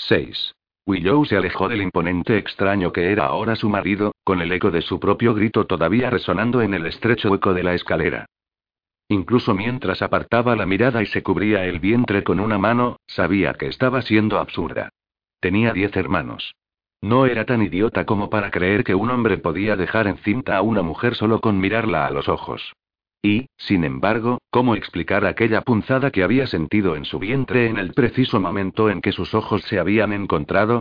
6. Willow se alejó del imponente extraño que era ahora su marido, con el eco de su propio grito todavía resonando en el estrecho hueco de la escalera. Incluso mientras apartaba la mirada y se cubría el vientre con una mano, sabía que estaba siendo absurda. Tenía 10 hermanos. No era tan idiota como para creer que un hombre podía dejar encinta a una mujer solo con mirarla a los ojos. Y, sin embargo, ¿cómo explicar aquella punzada que había sentido en su vientre en el preciso momento en que sus ojos se habían encontrado?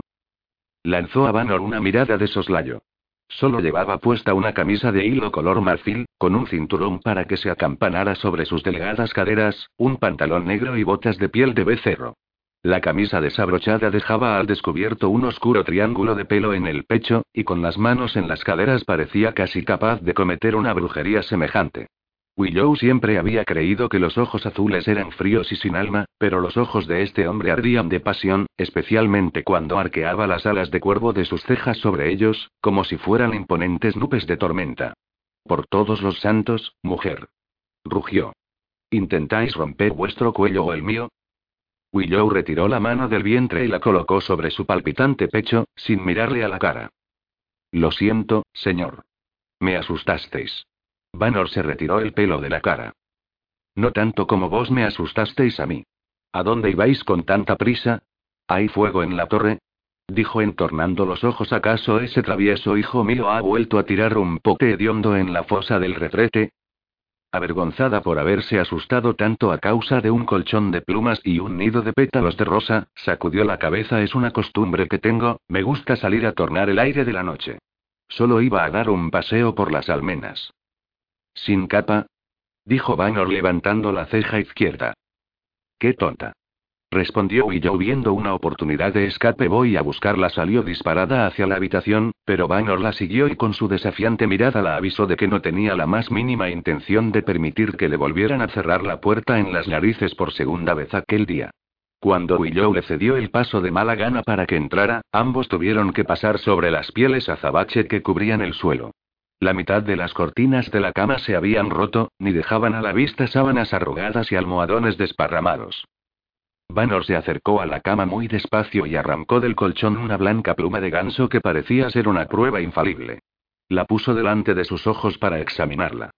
Lanzó a Vanor una mirada de soslayo. Solo llevaba puesta una camisa de hilo color marfil, con un cinturón para que se acampanara sobre sus delgadas caderas, un pantalón negro y botas de piel de becerro. La camisa desabrochada dejaba al descubierto un oscuro triángulo de pelo en el pecho, y con las manos en las caderas parecía casi capaz de cometer una brujería semejante. Willow siempre había creído que los ojos azules eran fríos y sin alma, pero los ojos de este hombre ardían de pasión, especialmente cuando arqueaba las alas de cuervo de sus cejas sobre ellos, como si fueran imponentes nubes de tormenta. Por todos los santos, mujer. Rugió. ¿Intentáis romper vuestro cuello o el mío? Willow retiró la mano del vientre y la colocó sobre su palpitante pecho, sin mirarle a la cara. Lo siento, señor. Me asustasteis. Vanor se retiró el pelo de la cara. No tanto como vos me asustasteis a mí. ¿A dónde ibais con tanta prisa? ¿Hay fuego en la torre? Dijo entornando los ojos. ¿Acaso ese travieso hijo mío ha vuelto a tirar un pote hediondo en la fosa del retrete? Avergonzada por haberse asustado tanto a causa de un colchón de plumas y un nido de pétalos de rosa, sacudió la cabeza. Es una costumbre que tengo, me gusta salir a tornar el aire de la noche. Solo iba a dar un paseo por las almenas. ¿Sin capa? Dijo Vanor levantando la ceja izquierda. ¡Qué tonta! Respondió Willow viendo una oportunidad de escape. Voy a buscarla. Salió disparada hacia la habitación, pero Vanor la siguió y con su desafiante mirada la avisó de que no tenía la más mínima intención de permitir que le volvieran a cerrar la puerta en las narices por segunda vez aquel día. Cuando Willow le cedió el paso de mala gana para que entrara, ambos tuvieron que pasar sobre las pieles azabache que cubrían el suelo. La mitad de las cortinas de la cama se habían roto, ni dejaban a la vista sábanas arrugadas y almohadones desparramados. Vanor se acercó a la cama muy despacio y arrancó del colchón una blanca pluma de ganso que parecía ser una prueba infalible. La puso delante de sus ojos para examinarla.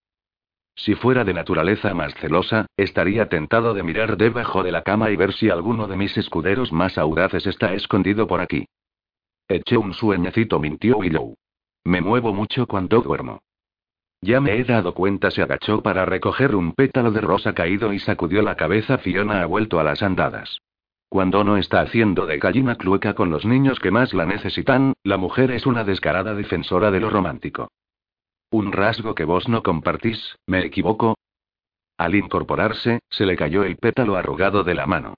Si fuera de naturaleza más celosa, estaría tentado de mirar debajo de la cama y ver si alguno de mis escuderos más audaces está escondido por aquí. Eché un sueñecito, mintió Willow. Me muevo mucho cuando duermo. Ya me he dado cuenta. Se agachó para recoger un pétalo de rosa caído y sacudió la cabeza. Fiona ha vuelto a las andadas. Cuando no está haciendo de gallina clueca con los niños que más la necesitan, la mujer es una descarada defensora de lo romántico. Un rasgo que vos no compartís, ¿me equivoco? Al incorporarse, se le cayó el pétalo arrugado de la mano.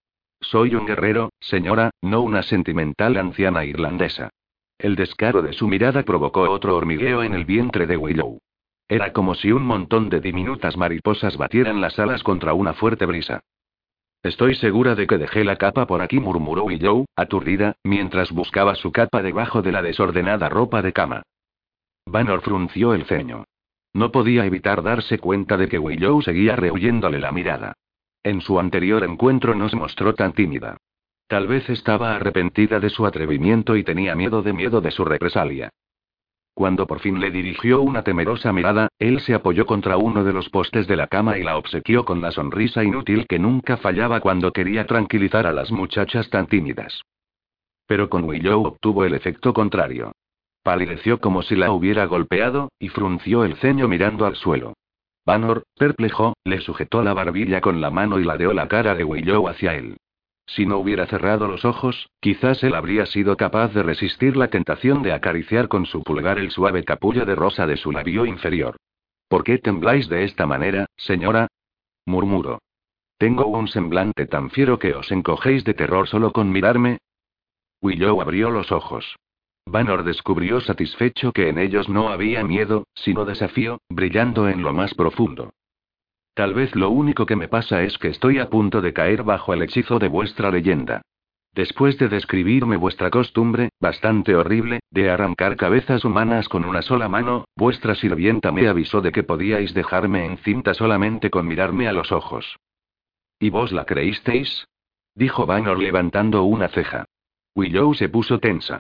Soy un guerrero, señora, no una sentimental anciana irlandesa. El descaro de su mirada provocó otro hormigueo en el vientre de Willow. Era como si un montón de diminutas mariposas batieran las alas contra una fuerte brisa. Estoy segura de que dejé la capa por aquí, murmuró Willow, aturdida, mientras buscaba su capa debajo de la desordenada ropa de cama. Vanor frunció el ceño. No podía evitar darse cuenta de que Willow seguía rehuyéndole la mirada. En su anterior encuentro no se mostró tan tímida. Tal vez estaba arrepentida de su atrevimiento y tenía miedo de su represalia. Cuando por fin le dirigió una temerosa mirada, él se apoyó contra uno de los postes de la cama y la obsequió con la sonrisa inútil que nunca fallaba cuando quería tranquilizar a las muchachas tan tímidas. Pero con Willow obtuvo el efecto contrario. Palideció como si la hubiera golpeado, y frunció el ceño mirando al suelo. Vanor, perplejo, le sujetó la barbilla con la mano y ladeó la cara de Willow hacia él. Si no hubiera cerrado los ojos, quizás él habría sido capaz de resistir la tentación de acariciar con su pulgar el suave capullo de rosa de su labio inferior. ¿Por qué tembláis de esta manera, señora? Murmuró. ¿Tengo un semblante tan fiero que os encogéis de terror solo con mirarme? Willow abrió los ojos. Vanor descubrió satisfecho que en ellos no había miedo, sino desafío, brillando en lo más profundo. Tal vez lo único que me pasa es que estoy a punto de caer bajo el hechizo de vuestra leyenda. Después de describirme vuestra costumbre, bastante horrible, de arrancar cabezas humanas con una sola mano, vuestra sirvienta me avisó de que podíais dejarme encinta solamente con mirarme a los ojos. ¿Y vos la creísteis? Dijo Vanor levantando una ceja. Willow se puso tensa.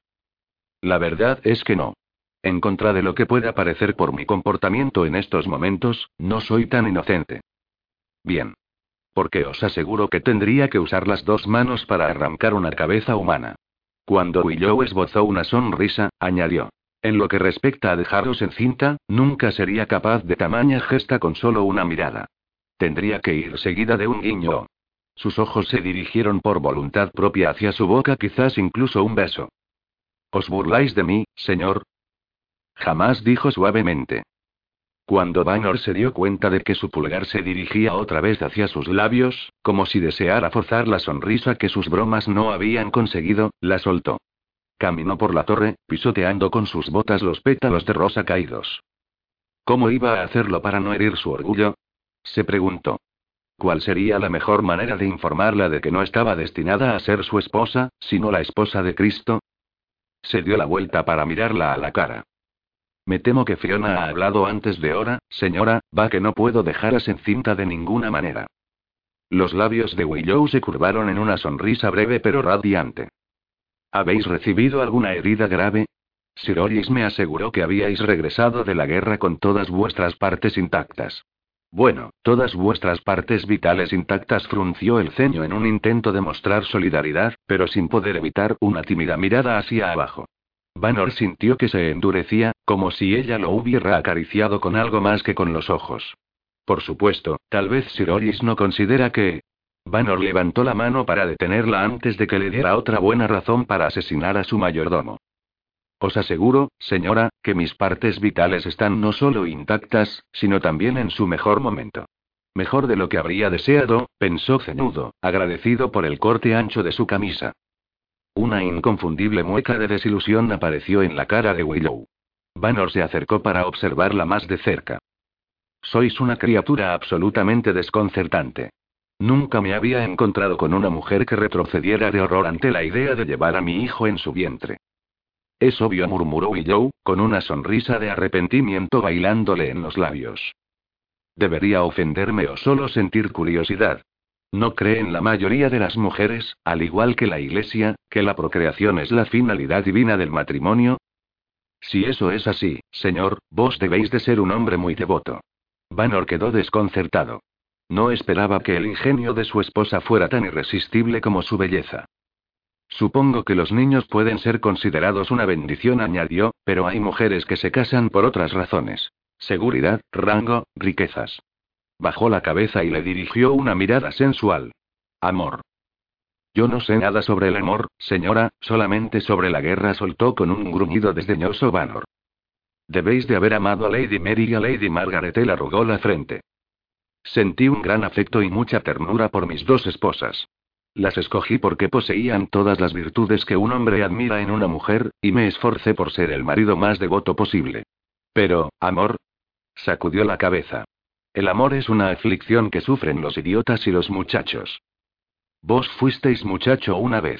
La verdad es que no. En contra de lo que pueda parecer por mi comportamiento en estos momentos, no soy tan inocente. Bien. Porque os aseguro que tendría que usar las dos manos para arrancar una cabeza humana. Cuando Willow esbozó una sonrisa, añadió. En lo que respecta a dejaros encinta, nunca sería capaz de tamaña gesta con solo una mirada. Tendría que ir seguida de un guiño. Sus ojos se dirigieron por voluntad propia hacia su boca, quizás incluso un beso. ¿Os burláis de mí, señor? Jamás, dijo suavemente. Cuando Vanor se dio cuenta de que su pulgar se dirigía otra vez hacia sus labios, como si deseara forzar la sonrisa que sus bromas no habían conseguido, la soltó. Caminó por la torre, pisoteando con sus botas los pétalos de rosa caídos. ¿Cómo iba a hacerlo para no herir su orgullo? Se preguntó. ¿Cuál sería la mejor manera de informarla de que no estaba destinada a ser su esposa, sino la esposa de Cristo? Se dio la vuelta para mirarla a la cara. Me temo que Fiona ha hablado antes de hora, señora, va que no puedo dejaros encinta de ninguna manera. Los labios de Willow se curvaron en una sonrisa breve pero radiante. ¿Habéis recibido alguna herida grave? Sir Oris me aseguró que habíais regresado de la guerra con todas vuestras partes intactas. Bueno, todas vuestras partes vitales intactas, frunció el ceño en un intento de mostrar solidaridad, pero sin poder evitar una tímida mirada hacia abajo. Vanor sintió que se endurecía, como si ella lo hubiera acariciado con algo más que con los ojos. Por supuesto, tal vez Sir Oris no considera que... Vanor levantó la mano para detenerla antes de que le diera otra buena razón para asesinar a su mayordomo. Os aseguro, señora, que mis partes vitales están no solo intactas, sino también en su mejor momento. Mejor de lo que habría deseado, pensó ceñudo, agradecido por el corte ancho de su camisa. Una inconfundible mueca de desilusión apareció en la cara de Willow. Vanor se acercó para observarla más de cerca. Sois una criatura absolutamente desconcertante. Nunca me había encontrado con una mujer que retrocediera de horror ante la idea de llevar a mi hijo en su vientre. Es obvio, murmuró Willow, con una sonrisa de arrepentimiento bailándole en los labios. ¿Debería ofenderme o solo sentir curiosidad? ¿No creen la mayoría de las mujeres, al igual que la Iglesia, que la procreación es la finalidad divina del matrimonio? Si eso es así, señor, vos debéis de ser un hombre muy devoto. Vanor quedó desconcertado. No esperaba que el ingenio de su esposa fuera tan irresistible como su belleza. Supongo que los niños pueden ser considerados una bendición, añadió, pero hay mujeres que se casan por otras razones. Seguridad, rango, riquezas. Bajó la cabeza y le dirigió una mirada sensual. Amor. Yo no sé nada sobre el amor, señora, solamente sobre la guerra, soltó con un gruñido desdeñoso Vanor. Debéis de haber amado a Lady Mary y a Lady Margaret, él arrugó la frente. Sentí un gran afecto y mucha ternura por mis dos esposas. Las escogí porque poseían todas las virtudes que un hombre admira en una mujer, y me esforcé por ser el marido más devoto posible. Pero, amor. Sacudió la cabeza. El amor es una aflicción que sufren los idiotas y los muchachos. Vos fuisteis muchacho una vez.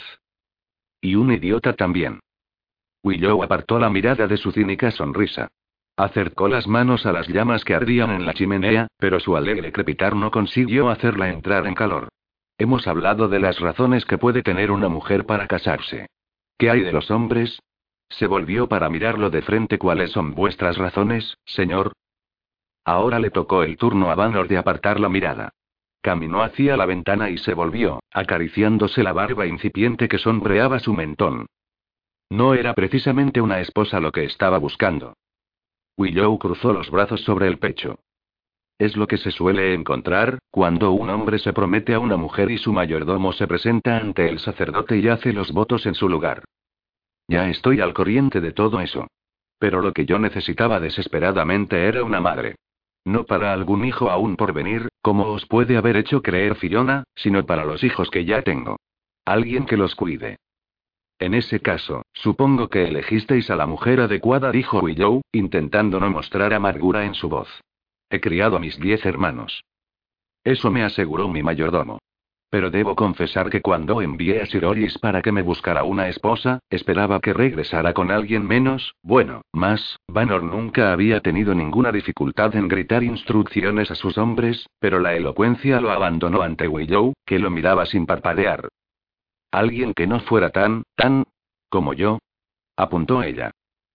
Y un idiota también. Willow apartó la mirada de su cínica sonrisa. Acercó las manos a las llamas que ardían en la chimenea, pero su alegre crepitar no consiguió hacerla entrar en calor. Hemos hablado de las razones que puede tener una mujer para casarse. ¿Qué hay de los hombres? Se volvió para mirarlo de frente. ¿Cuáles son vuestras razones, señor? Ahora le tocó el turno a Vanor de apartar la mirada. Caminó hacia la ventana y se volvió, acariciándose la barba incipiente que sombreaba su mentón. No era precisamente una esposa lo que estaba buscando. Willow cruzó los brazos sobre el pecho. Es lo que se suele encontrar, cuando un hombre se promete a una mujer y su mayordomo se presenta ante el sacerdote y hace los votos en su lugar. Ya estoy al corriente de todo eso. Pero lo que yo necesitaba desesperadamente era una madre. No para algún hijo aún por venir, como os puede haber hecho creer Fiona, sino para los hijos que ya tengo. Alguien que los cuide. En ese caso, supongo que elegisteis a la mujer adecuada, dijo Willow, intentando no mostrar amargura en su voz. He criado a mis 10 hermanos. Eso me aseguró mi mayordomo. Pero debo confesar que cuando envié a Sir Oris para que me buscara una esposa, esperaba que regresara con alguien menos, bueno, más. Vanor nunca había tenido ninguna dificultad en gritar instrucciones a sus hombres, pero la elocuencia lo abandonó ante Willow, que lo miraba sin parpadear. Alguien que no fuera tan, como yo. Apuntó ella.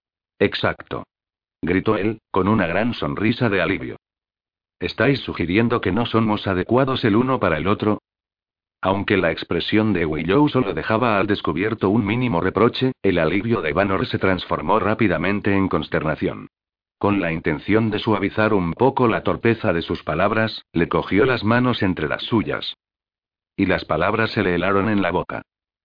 Exacto. Gritó él, con una gran sonrisa de alivio. ¿Estáis sugiriendo que no somos adecuados el uno para el otro? Aunque la expresión de Willow solo dejaba al descubierto un mínimo reproche, el alivio de Vanor se transformó rápidamente en consternación. Con la intención de suavizar un poco la torpeza de sus palabras, le cogió las manos entre las suyas. Y las palabras se le helaron en la boca.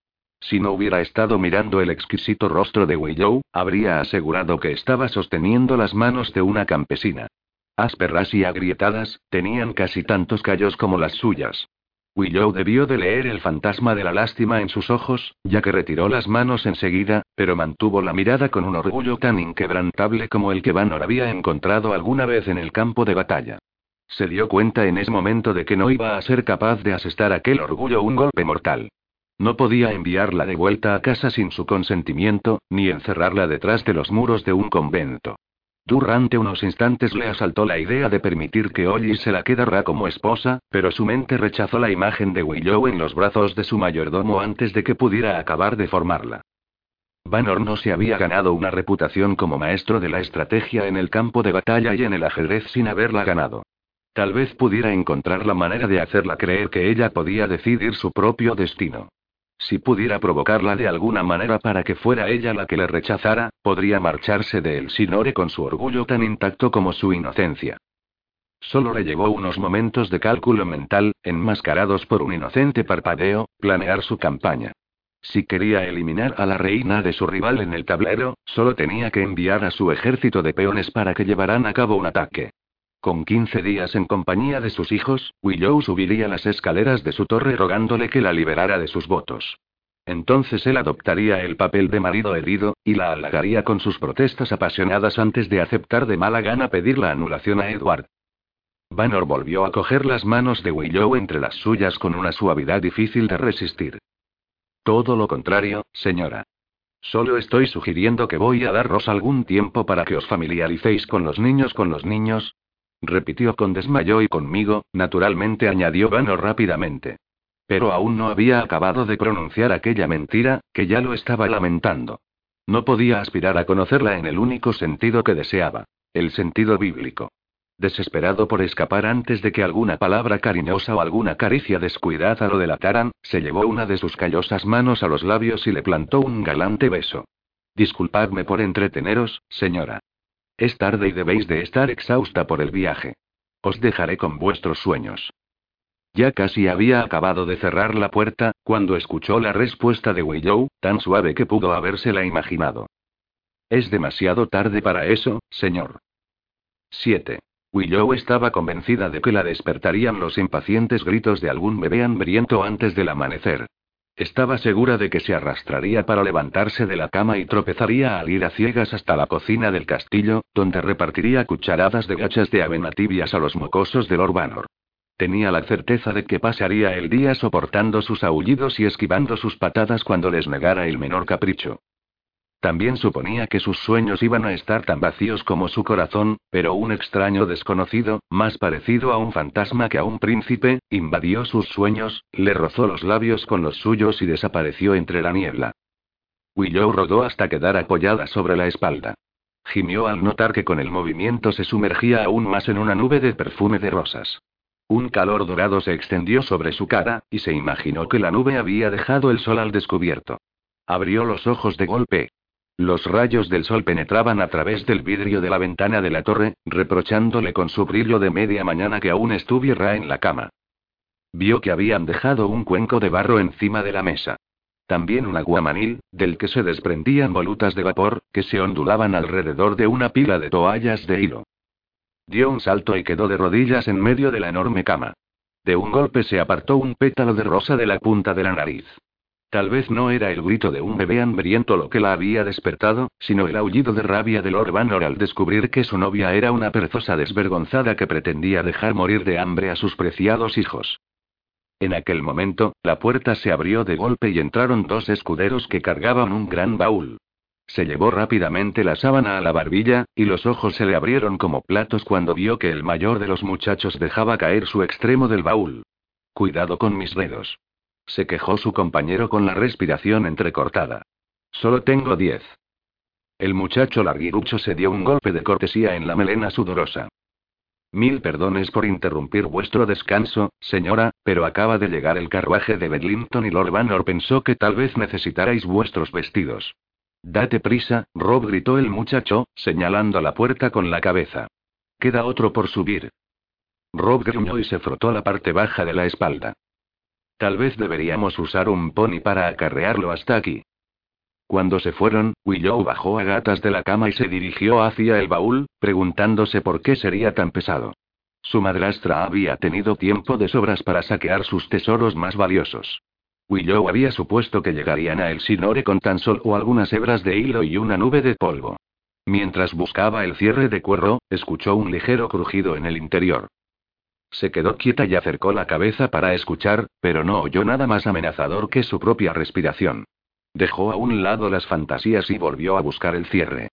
Si no hubiera estado mirando el exquisito rostro de Willow, habría asegurado que estaba sosteniendo las manos de una campesina. Ásperas y agrietadas, tenían casi tantos callos como las suyas. Willow debió de leer el fantasma de la lástima en sus ojos, ya que retiró las manos enseguida, pero mantuvo la mirada con un orgullo tan inquebrantable como el que Vanor había encontrado alguna vez en el campo de batalla. Se dio cuenta en ese momento de que no iba a ser capaz de asestar a aquel orgullo un golpe mortal. No podía enviarla de vuelta a casa sin su consentimiento, ni encerrarla detrás de los muros de un convento. Durante unos instantes le asaltó la idea de permitir que Ollie se la quedara como esposa, pero su mente rechazó la imagen de Willow en los brazos de su mayordomo antes de que pudiera acabar de formarla. Vanor no se había ganado una reputación como maestro de la estrategia en el campo de batalla y en el ajedrez sin haberla ganado. Tal vez pudiera encontrar la manera de hacerla creer que ella podía decidir su propio destino. Si pudiera provocarla de alguna manera para que fuera ella la que le rechazara, podría marcharse de El Sinore con su orgullo tan intacto como su inocencia. Solo le llevó unos momentos de cálculo mental, enmascarados por un inocente parpadeo, planear su campaña. Si quería eliminar a la reina de su rival en el tablero, solo tenía que enviar a su ejército de peones para que llevaran a cabo un ataque. Con 15 días en compañía de sus hijos, Willow subiría las escaleras de su torre rogándole que la liberara de sus votos. Entonces él adoptaría el papel de marido herido, y la halagaría con sus protestas apasionadas antes de aceptar de mala gana pedir la anulación a Edward. Vanor volvió a coger las manos de Willow entre las suyas con una suavidad difícil de resistir. Todo lo contrario, señora. Solo estoy sugiriendo que voy a daros algún tiempo para que os familiaricéis con los niños, repitió con desmayo y conmigo, naturalmente añadió Vanor rápidamente. Pero aún no había acabado de pronunciar aquella mentira, que ya lo estaba lamentando. No podía aspirar a conocerla en el único sentido que deseaba, el sentido bíblico. Desesperado por escapar antes de que alguna palabra cariñosa o alguna caricia descuidada lo delataran, se llevó una de sus callosas manos a los labios y le plantó un galante beso. Disculpadme por entreteneros, señora. Es tarde y debéis de estar exhausta por el viaje. Os dejaré con vuestros sueños. Ya casi había acabado de cerrar la puerta, cuando escuchó la respuesta de Willow, tan suave que pudo habérsela imaginado. Es demasiado tarde para eso, señor. 7. Willow estaba convencida de que la despertarían los impacientes gritos de algún bebé hambriento antes del amanecer. Estaba segura de que se arrastraría para levantarse de la cama y tropezaría al ir a ciegas hasta la cocina del castillo, donde repartiría cucharadas de gachas de avena tibias a los mocosos de Lord Vanor. Tenía la certeza de que pasaría el día soportando sus aullidos y esquivando sus patadas cuando les negara el menor capricho. También suponía que sus sueños iban a estar tan vacíos como su corazón, pero un extraño desconocido, más parecido a un fantasma que a un príncipe, invadió sus sueños, le rozó los labios con los suyos y desapareció entre la niebla. Willow rodó hasta quedar apoyada sobre la espalda. Gimió al notar que con el movimiento se sumergía aún más en una nube de perfume de rosas. Un calor dorado se extendió sobre su cara, y se imaginó que la nube había dejado el sol al descubierto. Abrió los ojos de golpe. Los rayos del sol penetraban a través del vidrio de la ventana de la torre, reprochándole con su brillo de media mañana que aún estuviera en la cama. Vio que habían dejado un cuenco de barro encima de la mesa. También un aguamanil, del que se desprendían volutas de vapor, que se ondulaban alrededor de una pila de toallas de hilo. Dio un salto y quedó de rodillas en medio de la enorme cama. De un golpe se apartó un pétalo de rosa de la punta de la nariz. Tal vez no era el grito de un bebé hambriento lo que la había despertado, sino el aullido de rabia de Lord Vanor al descubrir que su novia era una perezosa desvergonzada que pretendía dejar morir de hambre a sus preciados hijos. En aquel momento, la puerta se abrió de golpe y entraron dos escuderos que cargaban un gran baúl. Se llevó rápidamente la sábana a la barbilla, y los ojos se le abrieron como platos cuando vio que el mayor de los muchachos dejaba caer su extremo del baúl. Cuidado con mis dedos. se quejó su compañero con la respiración entrecortada. Solo tengo 10. El muchacho larguirucho se dio un golpe de cortesía en la melena sudorosa. Mil perdones por interrumpir vuestro descanso, señora, pero acaba de llegar el carruaje de Bedlington y Lord Vanor pensó que tal vez necesitarais vuestros vestidos. Date prisa, Rob, gritó el muchacho, señalando la puerta con la cabeza. Queda otro por subir. Rob gruñó y se frotó la parte baja de la espalda. Tal vez deberíamos usar un pony para acarrearlo hasta aquí. Cuando se fueron, Willow bajó a gatas de la cama y se dirigió hacia el baúl, preguntándose por qué sería tan pesado. Su madrastra había tenido tiempo de sobras para saquear sus tesoros más valiosos. Willow había supuesto que llegarían a Elsinore con tan solo algunas hebras de hilo y una nube de polvo. Mientras buscaba el cierre de cuero, escuchó un ligero crujido en el interior. Se quedó quieta y acercó la cabeza para escuchar, pero no oyó nada más amenazador que su propia respiración. Dejó a un lado las fantasías y volvió a buscar el cierre.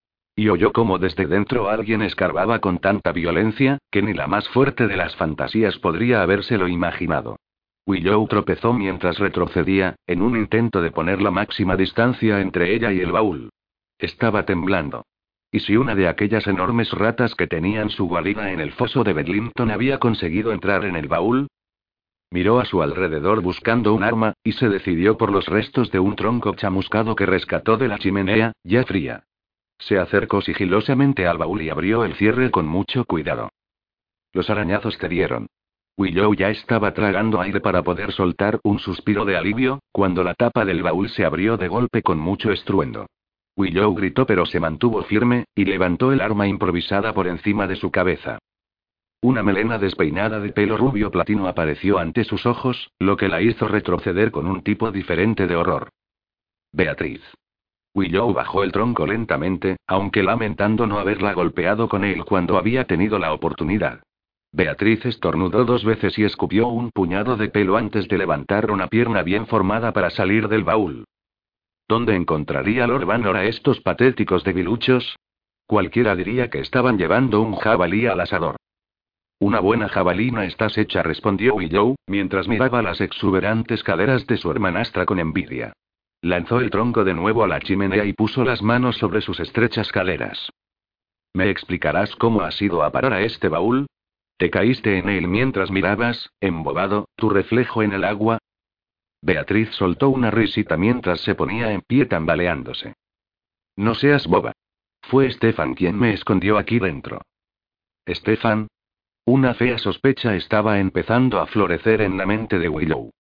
Y oyó cómo desde dentro alguien escarbaba con tanta violencia, que ni la más fuerte de las fantasías podría habérselo imaginado. Willow tropezó mientras retrocedía, en un intento de poner la máxima distancia entre ella y el baúl. Estaba temblando. ¿Y si una de aquellas enormes ratas que tenían su guarida en el foso de Bedlington había conseguido entrar en el baúl? Miró a su alrededor buscando un arma, y se decidió por los restos de un tronco chamuscado que rescató de la chimenea, ya fría. Se acercó sigilosamente al baúl y abrió el cierre con mucho cuidado. Los arañazos cedieron. Willow ya estaba tragando aire para poder soltar un suspiro de alivio, cuando la tapa del baúl se abrió de golpe con mucho estruendo. Willow gritó pero se mantuvo firme, y levantó el arma improvisada por encima de su cabeza. Una melena despeinada de pelo rubio platino apareció ante sus ojos, lo que la hizo retroceder con un tipo diferente de horror. Beatriz. Willow bajó el tronco lentamente, aunque lamentando no haberla golpeado con él cuando había tenido la oportunidad. Beatriz estornudó 2 veces y escupió un puñado de pelo antes de levantar una pierna bien formada para salir del baúl. ¿Dónde encontraría Lord Vanor a estos patéticos debiluchos? Cualquiera diría que estaban llevando un jabalí al asador. Una buena jabalina estás hecha, respondió Willow, mientras miraba las exuberantes caderas de su hermanastra con envidia. Lanzó el tronco de nuevo a la chimenea y puso las manos sobre sus estrechas caderas. ¿Me explicarás cómo has ido a parar a este baúl? ¿Te caíste en él mientras mirabas, embobado, tu reflejo en el agua? Beatriz soltó una risita mientras se ponía en pie tambaleándose. No seas boba. Fue Stefan quien me escondió aquí dentro. ¿Stefan? Una fea sospecha estaba empezando a florecer en la mente de Willow.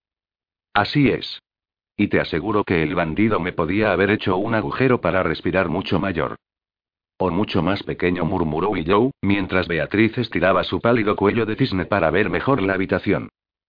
Así es. Y te aseguro que el bandido me podía haber hecho un agujero para respirar mucho mayor. O mucho más pequeño, murmuró Willow, mientras Beatriz estiraba su pálido cuello de cisne para ver mejor la habitación.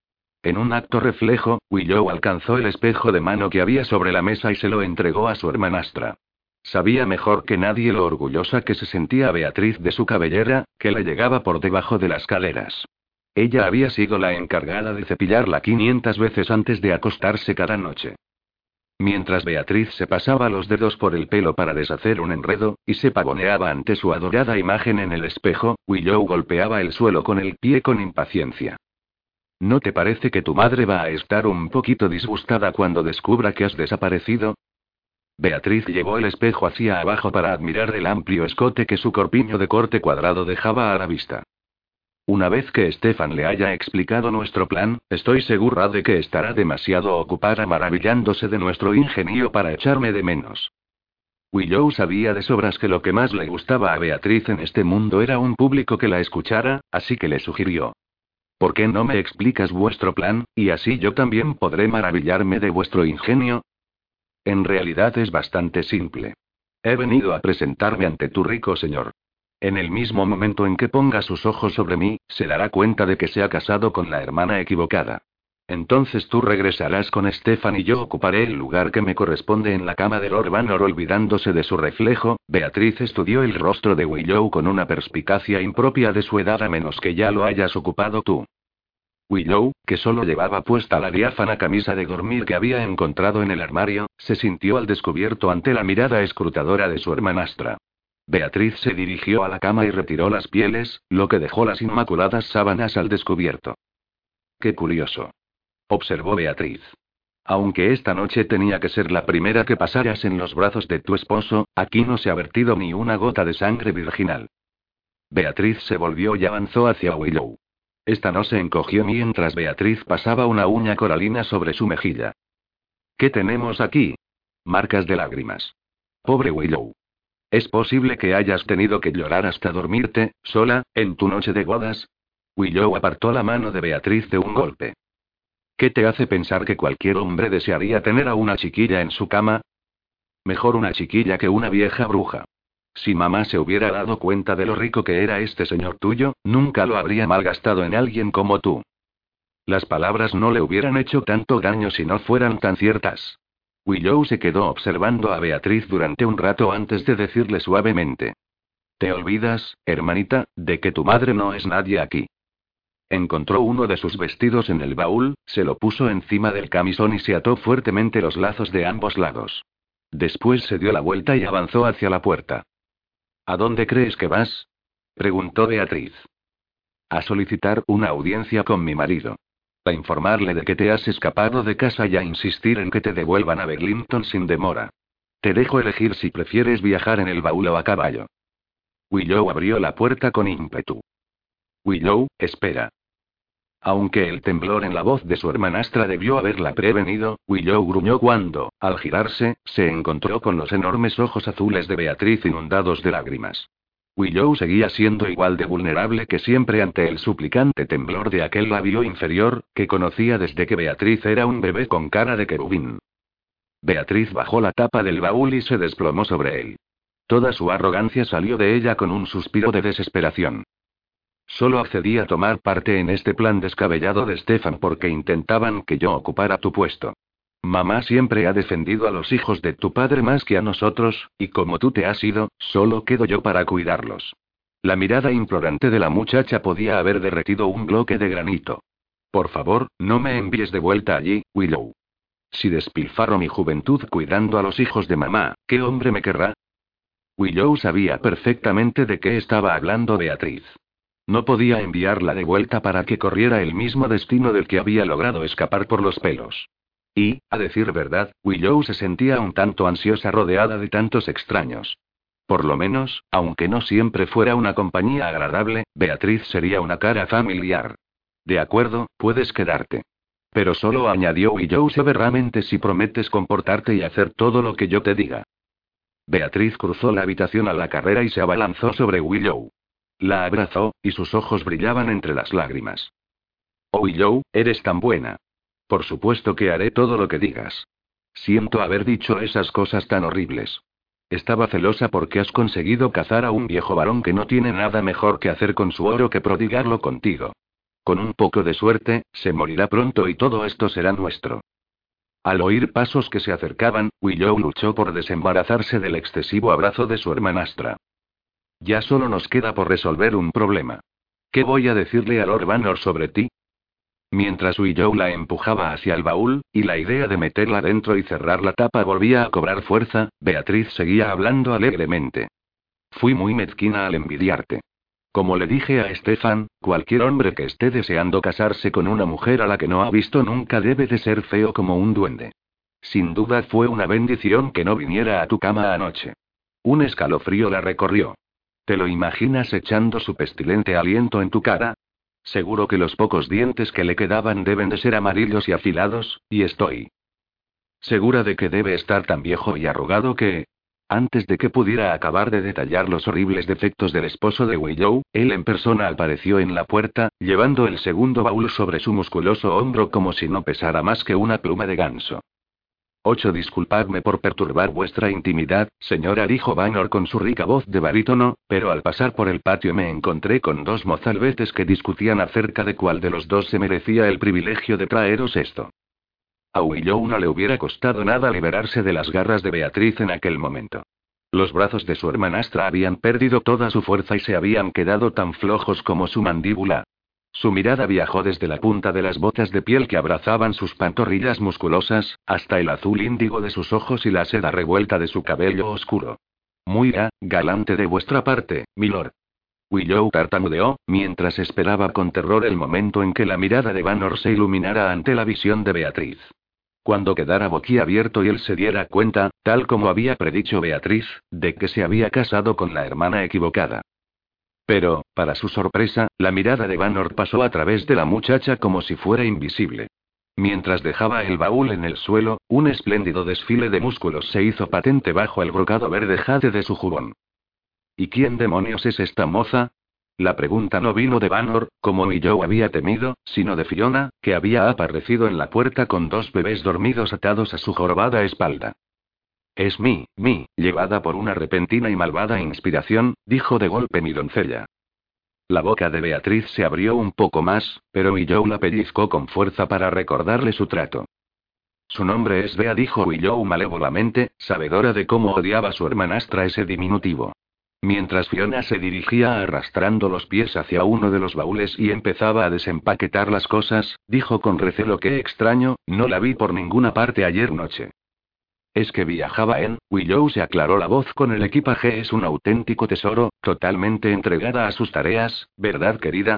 En un acto reflejo, Willow alcanzó el espejo de mano que había sobre la mesa y se lo entregó a su hermanastra. Sabía mejor que nadie lo orgullosa que se sentía Beatriz de su cabellera, que le llegaba por debajo de las caderas. Ella había sido la encargada de cepillarla 500 veces antes de acostarse cada noche. Mientras Beatriz se pasaba los dedos por el pelo para deshacer un enredo, y se pavoneaba ante su adorada imagen en el espejo, Willow golpeaba el suelo con el pie con impaciencia. ¿No te parece que tu madre va a estar un poquito disgustada cuando descubra que has desaparecido? Beatriz llevó el espejo hacia abajo para admirar el amplio escote que su corpiño de corte cuadrado dejaba a la vista. Una vez que Stefan le haya explicado nuestro plan, estoy segura de que estará demasiado ocupada maravillándose de nuestro ingenio para echarme de menos. Willow sabía de sobras que lo que más le gustaba a Beatriz en este mundo era un público que la escuchara, así que le sugirió. ¿Por qué no me explicas vuestro plan, y así yo también podré maravillarme de vuestro ingenio? En realidad es bastante simple. He venido a presentarme ante tu rico señor. En el mismo momento en que ponga sus ojos sobre mí, se dará cuenta de que se ha casado con la hermana equivocada. Entonces tú regresarás con Stefan y yo ocuparé el lugar que me corresponde en la cama de Lord Vanor. Olvidándose de su reflejo, Beatriz estudió el rostro de Willow con una perspicacia impropia de su edad, a menos que ya lo hayas ocupado tú. Willow, que solo llevaba puesta la diáfana camisa de dormir que había encontrado en el armario, se sintió al descubierto ante la mirada escrutadora de su hermanastra. Beatriz se dirigió a la cama y retiró las pieles, lo que dejó las inmaculadas sábanas al descubierto. ¡Qué curioso! observó Beatriz. Aunque esta noche tenía que ser la primera que pasaras en los brazos de tu esposo, aquí no se ha vertido ni una gota de sangre virginal. Beatriz se volvió y avanzó hacia Willow. Esta no se encogió mientras Beatriz pasaba una uña coralina sobre su mejilla. ¿Qué tenemos aquí? Marcas de lágrimas. Pobre Willow. ¿Es posible que hayas tenido que llorar hasta dormirte, sola, en tu noche de bodas? Willow apartó la mano de Beatriz de un golpe. ¿Qué te hace pensar que cualquier hombre desearía tener a una chiquilla en su cama? Mejor una chiquilla que una vieja bruja. Si mamá se hubiera dado cuenta de lo rico que era este señor tuyo, nunca lo habría malgastado en alguien como tú. Las palabras no le hubieran hecho tanto daño si no fueran tan ciertas. Willow se quedó observando a Beatriz durante un rato antes de decirle suavemente. ¿Te olvidas, hermanita, de que tu madre no es nadie aquí? Encontró uno de sus vestidos en el baúl, se lo puso encima del camisón y se ató fuertemente los lazos de ambos lados. Después se dio la vuelta y avanzó hacia la puerta. ¿A dónde crees que vas? Preguntó Beatriz. A solicitar una audiencia con mi marido. A informarle de que te has escapado de casa y a insistir en que te devuelvan a Burlington sin demora. Te dejo elegir si prefieres viajar en el baúl o a caballo. Willow abrió la puerta con ímpetu. Willow, espera. Aunque el temblor en la voz de su hermanastra debió haberla prevenido, Willow gruñó cuando, al girarse, se encontró con los enormes ojos azules de Beatriz inundados de lágrimas. Willow seguía siendo igual de vulnerable que siempre ante el suplicante temblor de aquel labio inferior, que conocía desde que Beatriz era un bebé con cara de querubín. Beatriz bajó la tapa del baúl y se desplomó sobre él. Toda su arrogancia salió de ella con un suspiro de desesperación. Solo accedí a tomar parte en este plan descabellado de Stefan porque intentaban que yo ocupara tu puesto. Mamá siempre ha defendido a los hijos de tu padre más que a nosotros, y como tú te has ido, solo quedo yo para cuidarlos. La mirada implorante de la muchacha podía haber derretido un bloque de granito. Por favor, no me envíes de vuelta allí, Willow. Si despilfarro mi juventud cuidando a los hijos de mamá, ¿qué hombre me querrá? Willow sabía perfectamente de qué estaba hablando Beatriz. No podía enviarla de vuelta para que corriera el mismo destino del que había logrado escapar por los pelos. Y, a decir verdad, Willow se sentía un tanto ansiosa rodeada de tantos extraños. Por lo menos, aunque no siempre fuera una compañía agradable, Beatriz sería una cara familiar. De acuerdo, puedes quedarte. Pero solo añadió Willow severamente si prometes comportarte y hacer todo lo que yo te diga. Beatriz cruzó la habitación a la carrera y se abalanzó sobre Willow. La abrazó, y sus ojos brillaban entre las lágrimas. Oh Willow, eres tan buena. Por supuesto que haré todo lo que digas. Siento haber dicho esas cosas tan horribles. Estaba celosa porque has conseguido cazar a un viejo varón que no tiene nada mejor que hacer con su oro que prodigarlo contigo. Con un poco de suerte, se morirá pronto y todo esto será nuestro. Al oír pasos que se acercaban, Willow luchó por desembarazarse del excesivo abrazo de su hermanastra. Ya solo nos queda por resolver un problema. ¿Qué voy a decirle a Lord Banner sobre ti? Mientras Willow la empujaba hacia el baúl, y la idea de meterla dentro y cerrar la tapa volvía a cobrar fuerza, Beatriz seguía hablando alegremente. Fui muy mezquina al envidiarte. Como le dije a Stefan, cualquier hombre que esté deseando casarse con una mujer a la que no ha visto nunca debe de ser feo como un duende. Sin duda fue una bendición que no viniera a tu cama anoche. Un escalofrío la recorrió. ¿Te lo imaginas echando su pestilente aliento en tu cara? Seguro que los pocos dientes que le quedaban deben de ser amarillos y afilados, y estoy segura de que debe estar tan viejo y arrugado que... Antes de que pudiera acabar de detallar los horribles defectos del esposo de Willow, él en persona apareció en la puerta, llevando el segundo baúl sobre su musculoso hombro como si no pesara más que una pluma de ganso. 8. Disculpadme por perturbar vuestra intimidad, señora, dijo Banner con su rica voz de barítono, pero al pasar por el patio me encontré con dos mozalbetes que discutían acerca de cuál de los dos se merecía el privilegio de traeros esto. A Willow no le hubiera costado nada liberarse de las garras de Beatriz en aquel momento. Los brazos de su hermanastra habían perdido toda su fuerza y se habían quedado tan flojos como su mandíbula. Su mirada viajó desde la punta de las botas de piel que abrazaban sus pantorrillas musculosas, hasta el azul índigo de sus ojos y la seda revuelta de su cabello oscuro. Muy galante de vuestra parte, milord. Willow tartamudeó, mientras esperaba con terror el momento en que la mirada de Vanor se iluminara ante la visión de Beatriz. Cuando quedara boquiabierto y él se diera cuenta, tal como había predicho Beatriz, de que se había casado con la hermana equivocada. Pero, para su sorpresa, la mirada de Vanor pasó a través de la muchacha como si fuera invisible. Mientras dejaba el baúl en el suelo, un espléndido desfile de músculos se hizo patente bajo el brocado verde jade de su jubón. ¿Y quién demonios es esta moza? La pregunta no vino de Vanor, como Willow había temido, sino de Fiona, que había aparecido en la puerta con 2 bebés dormidos atados a su jorobada espalda. Es llevada por una repentina y malvada inspiración, dijo de golpe mi doncella. La boca de Beatriz se abrió un poco más, pero Willow la pellizcó con fuerza para recordarle su trato. Su nombre es Bea, dijo Willow malévolamente, sabedora de cómo odiaba a su hermanastra ese diminutivo. Mientras Fiona se dirigía arrastrando los pies hacia uno de los baúles y empezaba a desempaquetar las cosas, dijo con recelo: qué extraño, no la vi por ninguna parte ayer noche. Es que viajaba en... Willow se aclaró la voz con el equipaje. Es un auténtico tesoro, totalmente entregada a sus tareas, ¿verdad, querida?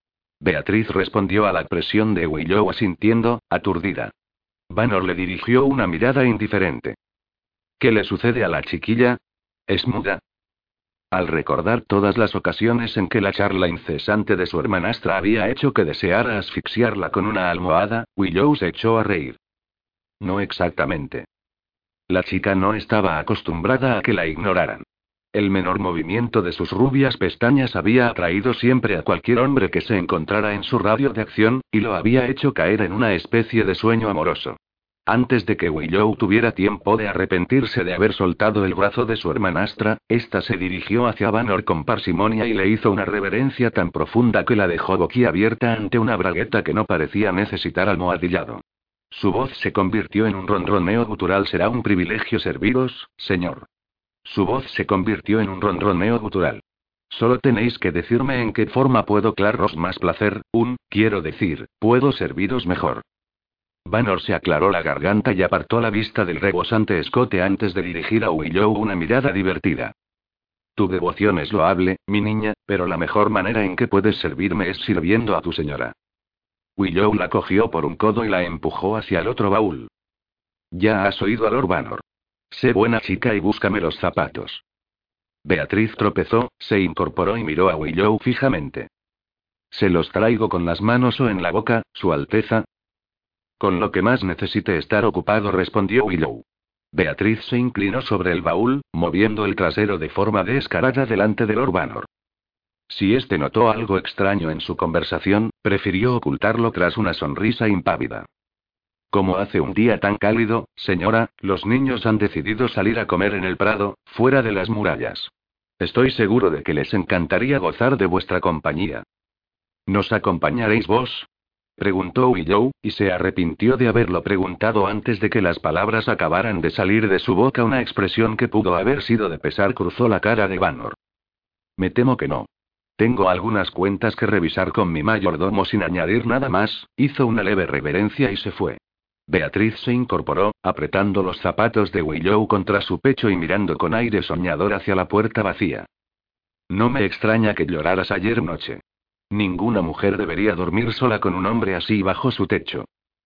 Beatriz respondió a la presión de Willow asintiendo, aturdida. Vanor le dirigió una mirada indiferente. ¿Qué le sucede a la chiquilla? ¿Es muda? Al recordar todas las ocasiones en que la charla incesante de su hermanastra había hecho que deseara asfixiarla con una almohada, Willow se echó a reír. No exactamente. La chica no estaba acostumbrada a que la ignoraran. El menor movimiento de sus rubias pestañas había atraído siempre a cualquier hombre que se encontrara en su radio de acción, y lo había hecho caer en una especie de sueño amoroso. Antes de que Willow tuviera tiempo de arrepentirse de haber soltado el brazo de su hermanastra, ésta se dirigió hacia Vanor con parsimonia y le hizo una reverencia tan profunda que la dejó boquiabierta ante una bragueta que no parecía necesitar almohadillado. Su voz se convirtió en un ronroneo gutural. Será un privilegio serviros, señor. Su voz se convirtió en un ronroneo gutural. Solo tenéis que decirme en qué forma puedo claros más placer, quiero decir, puedo serviros mejor. Vanor se aclaró la garganta y apartó la vista del rebosante escote antes de dirigir a Willow una mirada divertida. Tu devoción es loable, mi niña, pero la mejor manera en que puedes servirme es sirviendo a tu señora. Willow la cogió por un codo y la empujó hacia el otro baúl. Ya has oído a Lord Vanor. Sé buena chica y búscame los zapatos. Beatriz tropezó, se incorporó y miró a Willow fijamente. ¿Se los traigo con las manos o en la boca, Su Alteza? Con lo que más necesite estar ocupado, respondió Willow. Beatriz se inclinó sobre el baúl, moviendo el trasero de forma descarada delante de Lord Vanor. Si este notó algo extraño en su conversación, prefirió ocultarlo tras una sonrisa impávida. Como hace un día tan cálido, señora, los niños han decidido salir a comer en el prado, fuera de las murallas. Estoy seguro de que les encantaría gozar de vuestra compañía. ¿Nos acompañaréis vos? Preguntó Willow, y se arrepintió de haberlo preguntado antes de que las palabras acabaran de salir de su boca. Una expresión que pudo haber sido de pesar cruzó la cara de Vanor. Me temo que no. Tengo algunas cuentas que revisar con mi mayordomo. Sin añadir nada más, hizo una leve reverencia y se fue. Beatriz se incorporó, apretando los zapatos de Willow contra su pecho y mirando con aire soñador hacia la puerta vacía. No me extraña que lloraras ayer noche. Ninguna mujer debería dormir sola con un hombre así bajo su techo.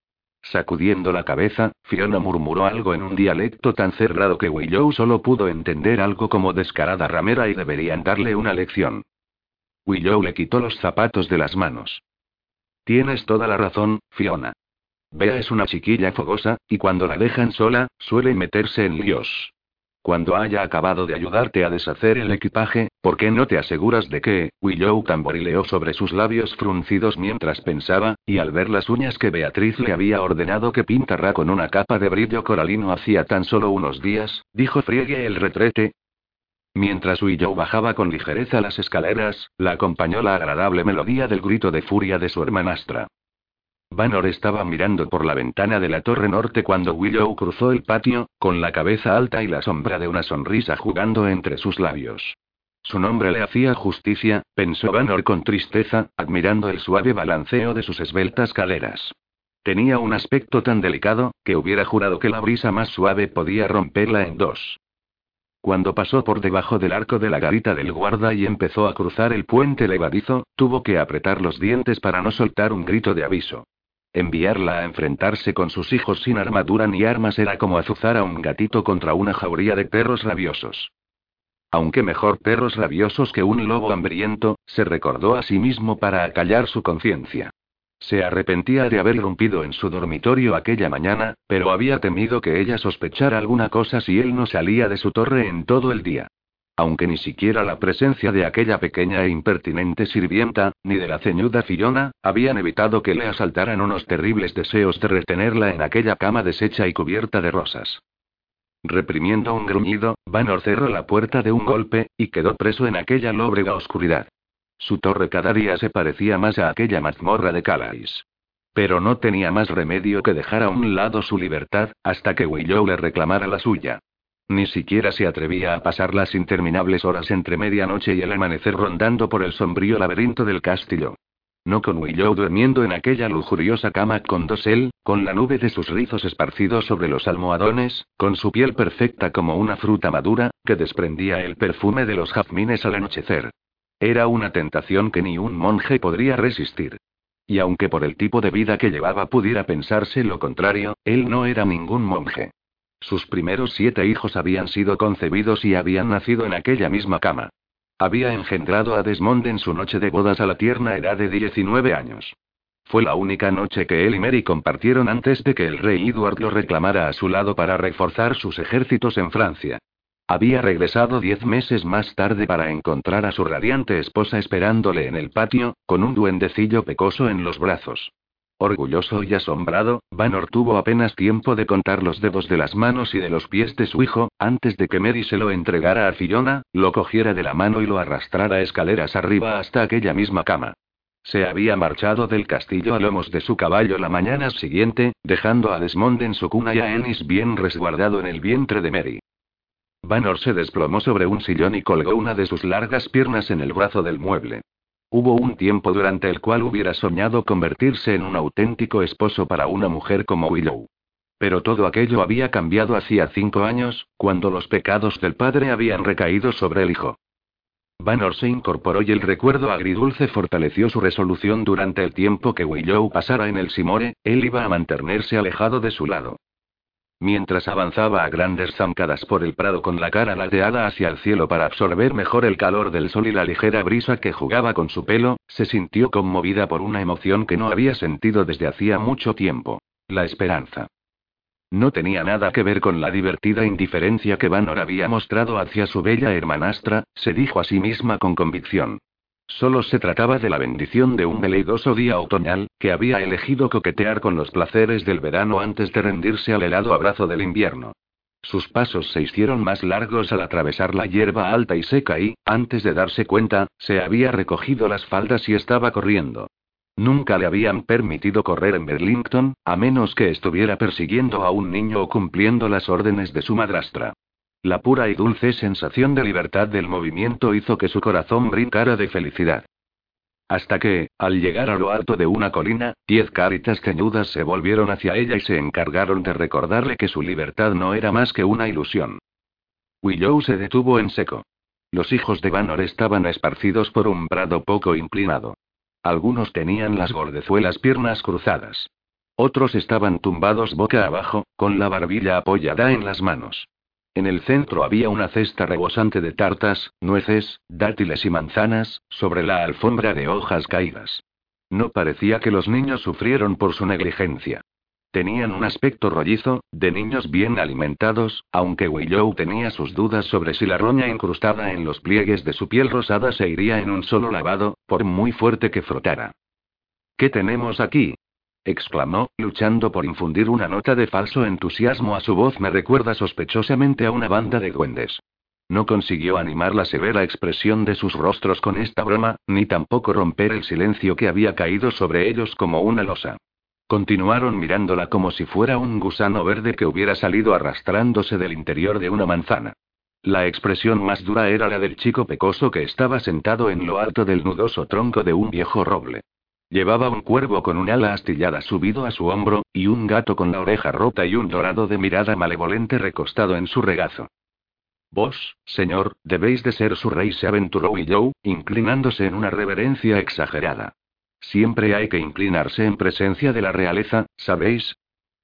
Sacudiendo la cabeza, Fiona murmuró algo en un dialecto tan cerrado que Willow solo pudo entender algo como descarada ramera y deberían darle una lección. Willow le quitó los zapatos de las manos. Tienes toda la razón, Fiona. Bea es una chiquilla fogosa, y cuando la dejan sola, suele meterse en líos. Cuando haya acabado de ayudarte a deshacer el equipaje, ¿por qué no te aseguras de que...? Willow tamborileó sobre sus labios fruncidos mientras pensaba, y al ver las uñas que Beatriz le había ordenado que pintara con una capa de brillo coralino hacía tan solo unos días, dijo: friegue el retrete. Mientras Willow bajaba con ligereza las escaleras, la acompañó la agradable melodía del grito de furia de su hermanastra. Vanor estaba mirando por la ventana de la torre norte cuando Willow cruzó el patio, con la cabeza alta y la sombra de una sonrisa jugando entre sus labios. Su nombre le hacía justicia, pensó Vanor con tristeza, admirando el suave balanceo de sus esbeltas caderas. Tenía un aspecto tan delicado, que hubiera jurado que la brisa más suave podía romperla en dos. Cuando pasó por debajo del arco de la garita del guarda y empezó a cruzar el puente levadizo, tuvo que apretar los dientes para no soltar un grito de aviso. Enviarla a enfrentarse con sus hijos sin armadura ni armas era como azuzar a un gatito contra una jauría de perros rabiosos. Aunque mejor perros rabiosos que un lobo hambriento, se recordó a sí mismo para acallar su conciencia. Se arrepentía de haber irrumpido en su dormitorio aquella mañana, pero había temido que ella sospechara alguna cosa si él no salía de su torre en todo el día. Aunque ni siquiera la presencia de aquella pequeña e impertinente sirvienta, ni de la ceñuda Fiona, habían evitado que le asaltaran unos terribles deseos de retenerla en aquella cama deshecha y cubierta de rosas. Reprimiendo un gruñido, Vanor cerró la puerta de un golpe, y quedó preso en aquella lóbrega oscuridad. Su torre cada día se parecía más a aquella mazmorra de Calais. Pero no tenía más remedio que dejar a un lado su libertad, hasta que Willow le reclamara la suya. Ni siquiera se atrevía a pasar las interminables horas entre medianoche y el amanecer rondando por el sombrío laberinto del castillo. No con Willow durmiendo en aquella lujuriosa cama con dosel, con la nube de sus rizos esparcidos sobre los almohadones, con su piel perfecta como una fruta madura, que desprendía el perfume de los jazmines al anochecer. Era una tentación que ni un monje podría resistir. Y aunque por el tipo de vida que llevaba pudiera pensarse lo contrario, él no era ningún monje. Sus primeros 7 hijos habían sido concebidos y habían nacido en aquella misma cama. Había engendrado a Desmond en su noche de bodas a la tierna edad de 19 años. Fue la única noche que él y Mary compartieron antes de que el rey Edward lo reclamara a su lado para reforzar sus ejércitos en Francia. Había regresado 10 meses más tarde para encontrar a su radiante esposa esperándole en el patio, con un duendecillo pecoso en los brazos. Orgulloso y asombrado, Vanor tuvo apenas tiempo de contar los dedos de las manos y de los pies de su hijo, antes de que Mary se lo entregara a Fiona, lo cogiera de la mano y lo arrastrara escaleras arriba hasta aquella misma cama. Se había marchado del castillo a lomos de su caballo la mañana siguiente, dejando a Desmond en su cuna y a Ennis bien resguardado en el vientre de Mary. Vanor se desplomó sobre un sillón y colgó una de sus largas piernas en el brazo del mueble. Hubo un tiempo durante el cual hubiera soñado convertirse en un auténtico esposo para una mujer como Willow. Pero todo aquello había cambiado hacía 5 años, cuando los pecados del padre habían recaído sobre el hijo. Vanor se incorporó y el recuerdo agridulce fortaleció su resolución durante el tiempo que Willow pasara en el Simore, él iba a mantenerse alejado de su lado. Mientras avanzaba a grandes zancadas por el prado con la cara ladeada hacia el cielo para absorber mejor el calor del sol y la ligera brisa que jugaba con su pelo, se sintió conmovida por una emoción que no había sentido desde hacía mucho tiempo: la esperanza. No tenía nada que ver con la divertida indiferencia que Vanor había mostrado hacia su bella hermanastra, se dijo a sí misma con convicción. Solo se trataba de la bendición de un veleidoso día otoñal, que había elegido coquetear con los placeres del verano antes de rendirse al helado abrazo del invierno. Sus pasos se hicieron más largos al atravesar la hierba alta y seca y, antes de darse cuenta, se había recogido las faldas y estaba corriendo. Nunca le habían permitido correr en Burlington, a menos que estuviera persiguiendo a un niño o cumpliendo las órdenes de su madrastra. La pura y dulce sensación de libertad del movimiento hizo que su corazón brincara de felicidad. Hasta que, al llegar a lo alto de una colina, 10 caritas ceñudas se volvieron hacia ella y se encargaron de recordarle que su libertad no era más que una ilusión. Willow se detuvo en seco. Los hijos de Vanor estaban esparcidos por un prado poco inclinado. Algunos tenían las gordezuelas piernas cruzadas. Otros estaban tumbados boca abajo, con la barbilla apoyada en las manos. En el centro había una cesta rebosante de tartas, nueces, dátiles y manzanas, sobre la alfombra de hojas caídas. No parecía que los niños sufrieron por su negligencia. Tenían un aspecto rollizo, de niños bien alimentados, aunque Willow tenía sus dudas sobre si la roña incrustada en los pliegues de su piel rosada se iría en un solo lavado, por muy fuerte que frotara. ¿Qué tenemos aquí?, exclamó, luchando por infundir una nota de falso entusiasmo a su voz. Me recuerda sospechosamente a una banda de duendes. No consiguió animar la severa expresión de sus rostros con esta broma, ni tampoco romper el silencio que había caído sobre ellos como una losa. Continuaron mirándola como si fuera un gusano verde que hubiera salido arrastrándose del interior de una manzana. La expresión más dura era la del chico pecoso que estaba sentado en lo alto del nudoso tronco de un viejo roble. Llevaba un cuervo con un ala astillada subido a su hombro, y un gato con la oreja rota y un dorado de mirada malevolente recostado en su regazo. Vos, señor, debéis de ser su rey, se aventuró Willow, inclinándose en una reverencia exagerada. Siempre hay que inclinarse en presencia de la realeza, ¿sabéis?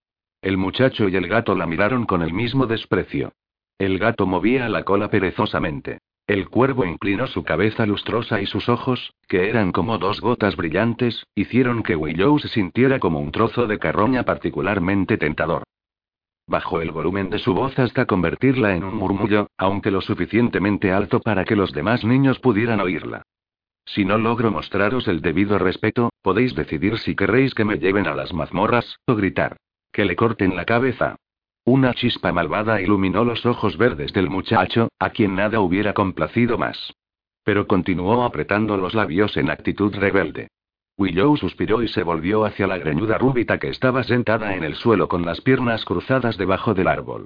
El muchacho y el gato la miraron con el mismo desprecio. El gato movía la cola perezosamente. El cuervo inclinó su cabeza lustrosa y sus ojos, que eran como dos gotas brillantes, hicieron que Willow se sintiera como un trozo de carroña particularmente tentador. Bajó el volumen de su voz hasta convertirla en un murmullo, aunque lo suficientemente alto para que los demás niños pudieran oírla. Si no logro mostraros el debido respeto, podéis decidir si querréis que me lleven a las mazmorras, o gritar. Que le corten la cabeza. Una chispa malvada iluminó los ojos verdes del muchacho, a quien nada hubiera complacido más. Pero continuó apretando los labios en actitud rebelde. Willow suspiró y se volvió hacia la greñuda rúbita que estaba sentada en el suelo con las piernas cruzadas debajo del árbol.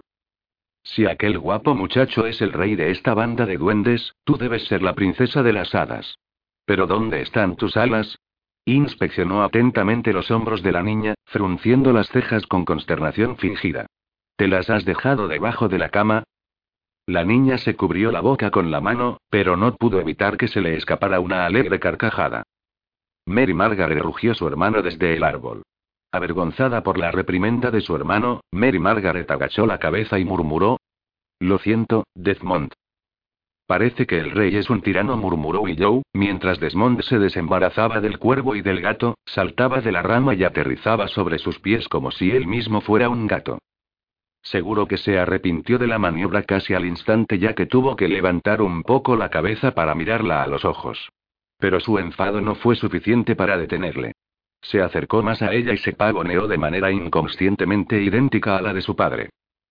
Si aquel guapo muchacho es el rey de esta banda de duendes, tú debes ser la princesa de las hadas. ¿Pero dónde están tus alas? Inspeccionó atentamente los hombros de la niña, frunciendo las cejas con consternación fingida. ¿Te las has dejado debajo de la cama? La niña se cubrió la boca con la mano, pero no pudo evitar que se le escapara una alegre carcajada. Mary Margaret, rugió su hermano desde el árbol. Avergonzada por la reprimenda de su hermano, Mary Margaret agachó la cabeza y murmuró: Lo siento, Desmond. Parece que el rey es un tirano, murmuró Willow, mientras Desmond se desembarazaba del cuervo y del gato, saltaba de la rama y aterrizaba sobre sus pies como si él mismo fuera un gato. Seguro que se arrepintió de la maniobra casi al instante, ya que tuvo que levantar un poco la cabeza para mirarla a los ojos. Pero su enfado no fue suficiente para detenerle. Se acercó más a ella y se pavoneó de manera inconscientemente idéntica a la de su padre.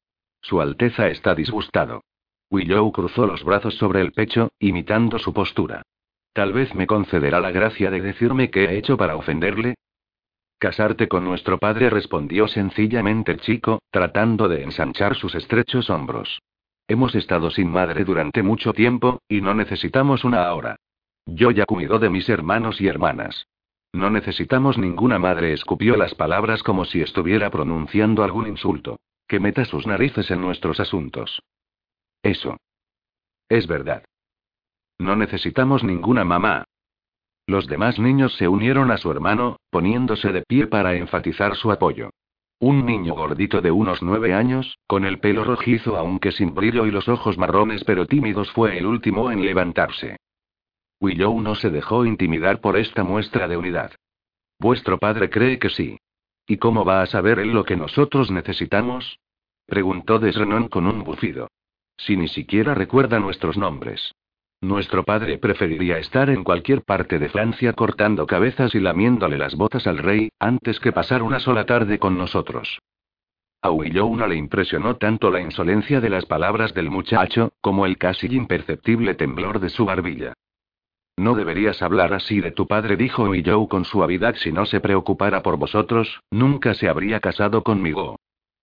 Su Alteza está disgustado. Willow cruzó los brazos sobre el pecho, imitando su postura. Tal vez me concederá la gracia de decirme qué he hecho para ofenderle. Casarte con nuestro padre, respondió sencillamente el chico, tratando de ensanchar sus estrechos hombros. Hemos estado sin madre durante mucho tiempo, y no necesitamos una ahora. Yo ya cuido de mis hermanos y hermanas. No necesitamos ninguna madre, escupió las palabras como si estuviera pronunciando algún insulto. Que meta sus narices en nuestros asuntos. Eso. Es verdad. No necesitamos ninguna mamá. Los demás niños se unieron a su hermano, poniéndose de pie para enfatizar su apoyo. Un niño gordito de unos 9 años, con el pelo rojizo aunque sin brillo y los ojos marrones pero tímidos, fue el último en levantarse. Willow no se dejó intimidar por esta muestra de unidad. ¿Vuestro padre cree que sí? ¿Y cómo va a saber él lo que nosotros necesitamos? Preguntó Desrenon con un bufido. Si ni siquiera recuerda nuestros nombres. Nuestro padre preferiría estar en cualquier parte de Francia cortando cabezas y lamiéndole las botas al rey, antes que pasar una sola tarde con nosotros. A Willow no le impresionó tanto la insolencia de las palabras del muchacho, como el casi imperceptible temblor de su barbilla. No deberías hablar así de tu padre, dijo Willow con suavidad. Si no se preocupara por vosotros, nunca se habría casado conmigo.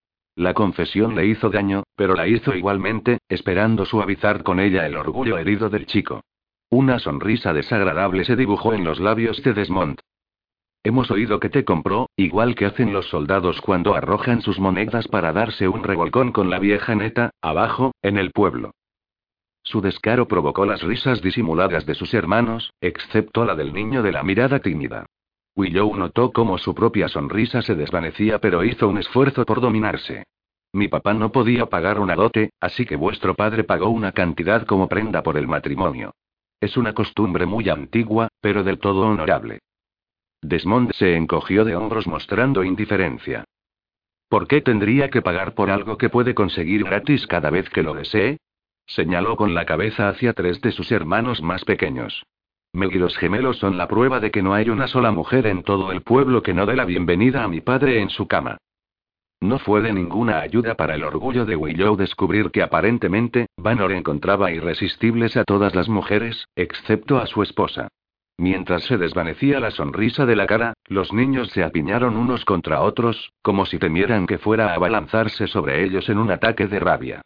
La confesión le hizo daño, pero la hizo igualmente, esperando suavizar con ella el orgullo herido del chico. Una sonrisa desagradable se dibujó en los labios de Desmond. Hemos oído que te compró, igual que hacen los soldados cuando arrojan sus monedas para darse un revolcón con la vieja neta, abajo, en el pueblo. Su descaro provocó las risas disimuladas de sus hermanos, excepto la del niño de la mirada tímida. Willow notó cómo su propia sonrisa se desvanecía, pero hizo un esfuerzo por dominarse. Mi papá no podía pagar una dote, así que vuestro padre pagó una cantidad como prenda por el matrimonio. Es una costumbre muy antigua, pero del todo honorable. Desmond se encogió de hombros mostrando indiferencia. ¿Por qué tendría que pagar por algo que puede conseguir gratis cada vez que lo desee? Señaló con la cabeza hacia 3 de sus hermanos más pequeños. Meg y los gemelos son la prueba de que no hay una sola mujer en todo el pueblo que no dé la bienvenida a mi padre en su cama. No fue de ninguna ayuda para el orgullo de Willow descubrir que aparentemente, Vanor encontraba irresistibles a todas las mujeres, excepto a su esposa. Mientras se desvanecía la sonrisa de la cara, los niños se apiñaron unos contra otros, como si temieran que fuera a abalanzarse sobre ellos en un ataque de rabia.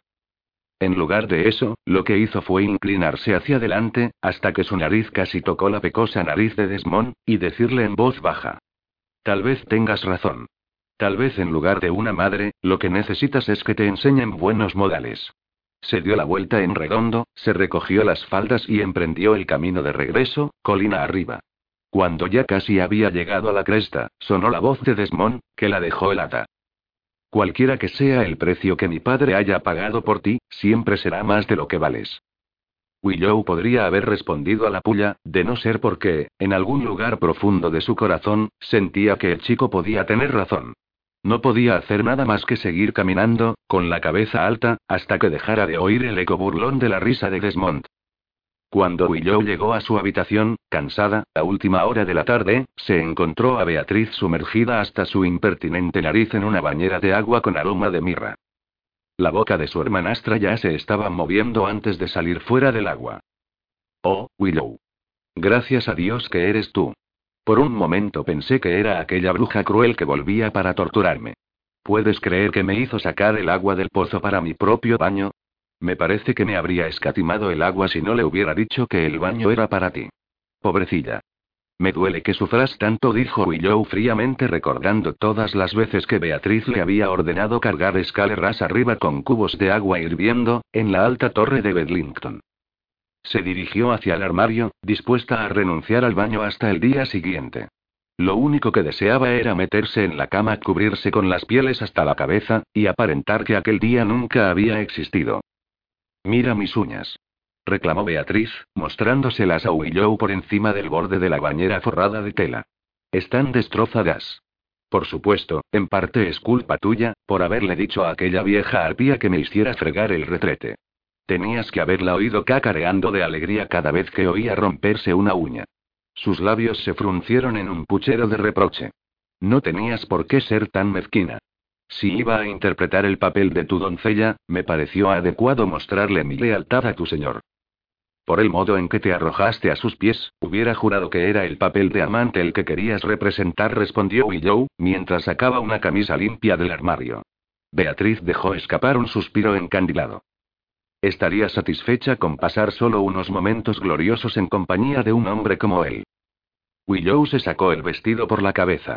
En lugar de eso, lo que hizo fue inclinarse hacia adelante, hasta que su nariz casi tocó la pecosa nariz de Desmond, y decirle en voz baja: Tal vez tengas razón. Tal vez en lugar de una madre, lo que necesitas es que te enseñen buenos modales. Se dio la vuelta en redondo, se recogió las faldas y emprendió el camino de regreso, colina arriba. Cuando ya casi había llegado a la cresta, sonó la voz de Desmond, que la dejó helada. Cualquiera que sea el precio que mi padre haya pagado por ti, siempre será más de lo que vales. Willow podría haber respondido a la pulla, de no ser porque, en algún lugar profundo de su corazón, sentía que el chico podía tener razón. No podía hacer nada más que seguir caminando, con la cabeza alta, hasta que dejara de oír el eco burlón de la risa de Desmond. Cuando Willow llegó a su habitación, cansada, a última hora de la tarde, se encontró a Beatriz sumergida hasta su impertinente nariz en una bañera de agua con aroma de mirra. La boca de su hermanastra ya se estaba moviendo antes de salir fuera del agua. Oh, Willow. Gracias a Dios que eres tú. Por un momento pensé que era aquella bruja cruel que volvía para torturarme. ¿Puedes creer que me hizo sacar el agua del pozo para mi propio baño? Me parece que me habría escatimado el agua si no le hubiera dicho que el baño era para ti. Pobrecilla. Me duele que sufras tanto, dijo Willow fríamente, recordando todas las veces que Beatriz le había ordenado cargar escaleras arriba con cubos de agua hirviendo, en la alta torre de Bedlington. Se dirigió hacia el armario, dispuesta a renunciar al baño hasta el día siguiente. Lo único que deseaba era meterse en la cama, cubrirse con las pieles hasta la cabeza, y aparentar que aquel día nunca había existido. Mira mis uñas, reclamó Beatriz, mostrándoselas a Willow por encima del borde de la bañera forrada de tela. Están destrozadas. Por supuesto, en parte es culpa tuya, por haberle dicho a aquella vieja arpía que me hiciera fregar el retrete. Tenías que haberla oído cacareando de alegría cada vez que oía romperse una uña. Sus labios se fruncieron en un puchero de reproche. No tenías por qué ser tan mezquina. Si iba a interpretar el papel de tu doncella, me pareció adecuado mostrarle mi lealtad a tu señor. Por el modo en que te arrojaste a sus pies, hubiera jurado que era el papel de amante el que querías representar, respondió Willow, mientras sacaba una camisa limpia del armario. Beatriz dejó escapar un suspiro encandilado. Estaría satisfecha con pasar solo unos momentos gloriosos en compañía de un hombre como él. Willow se sacó el vestido por la cabeza.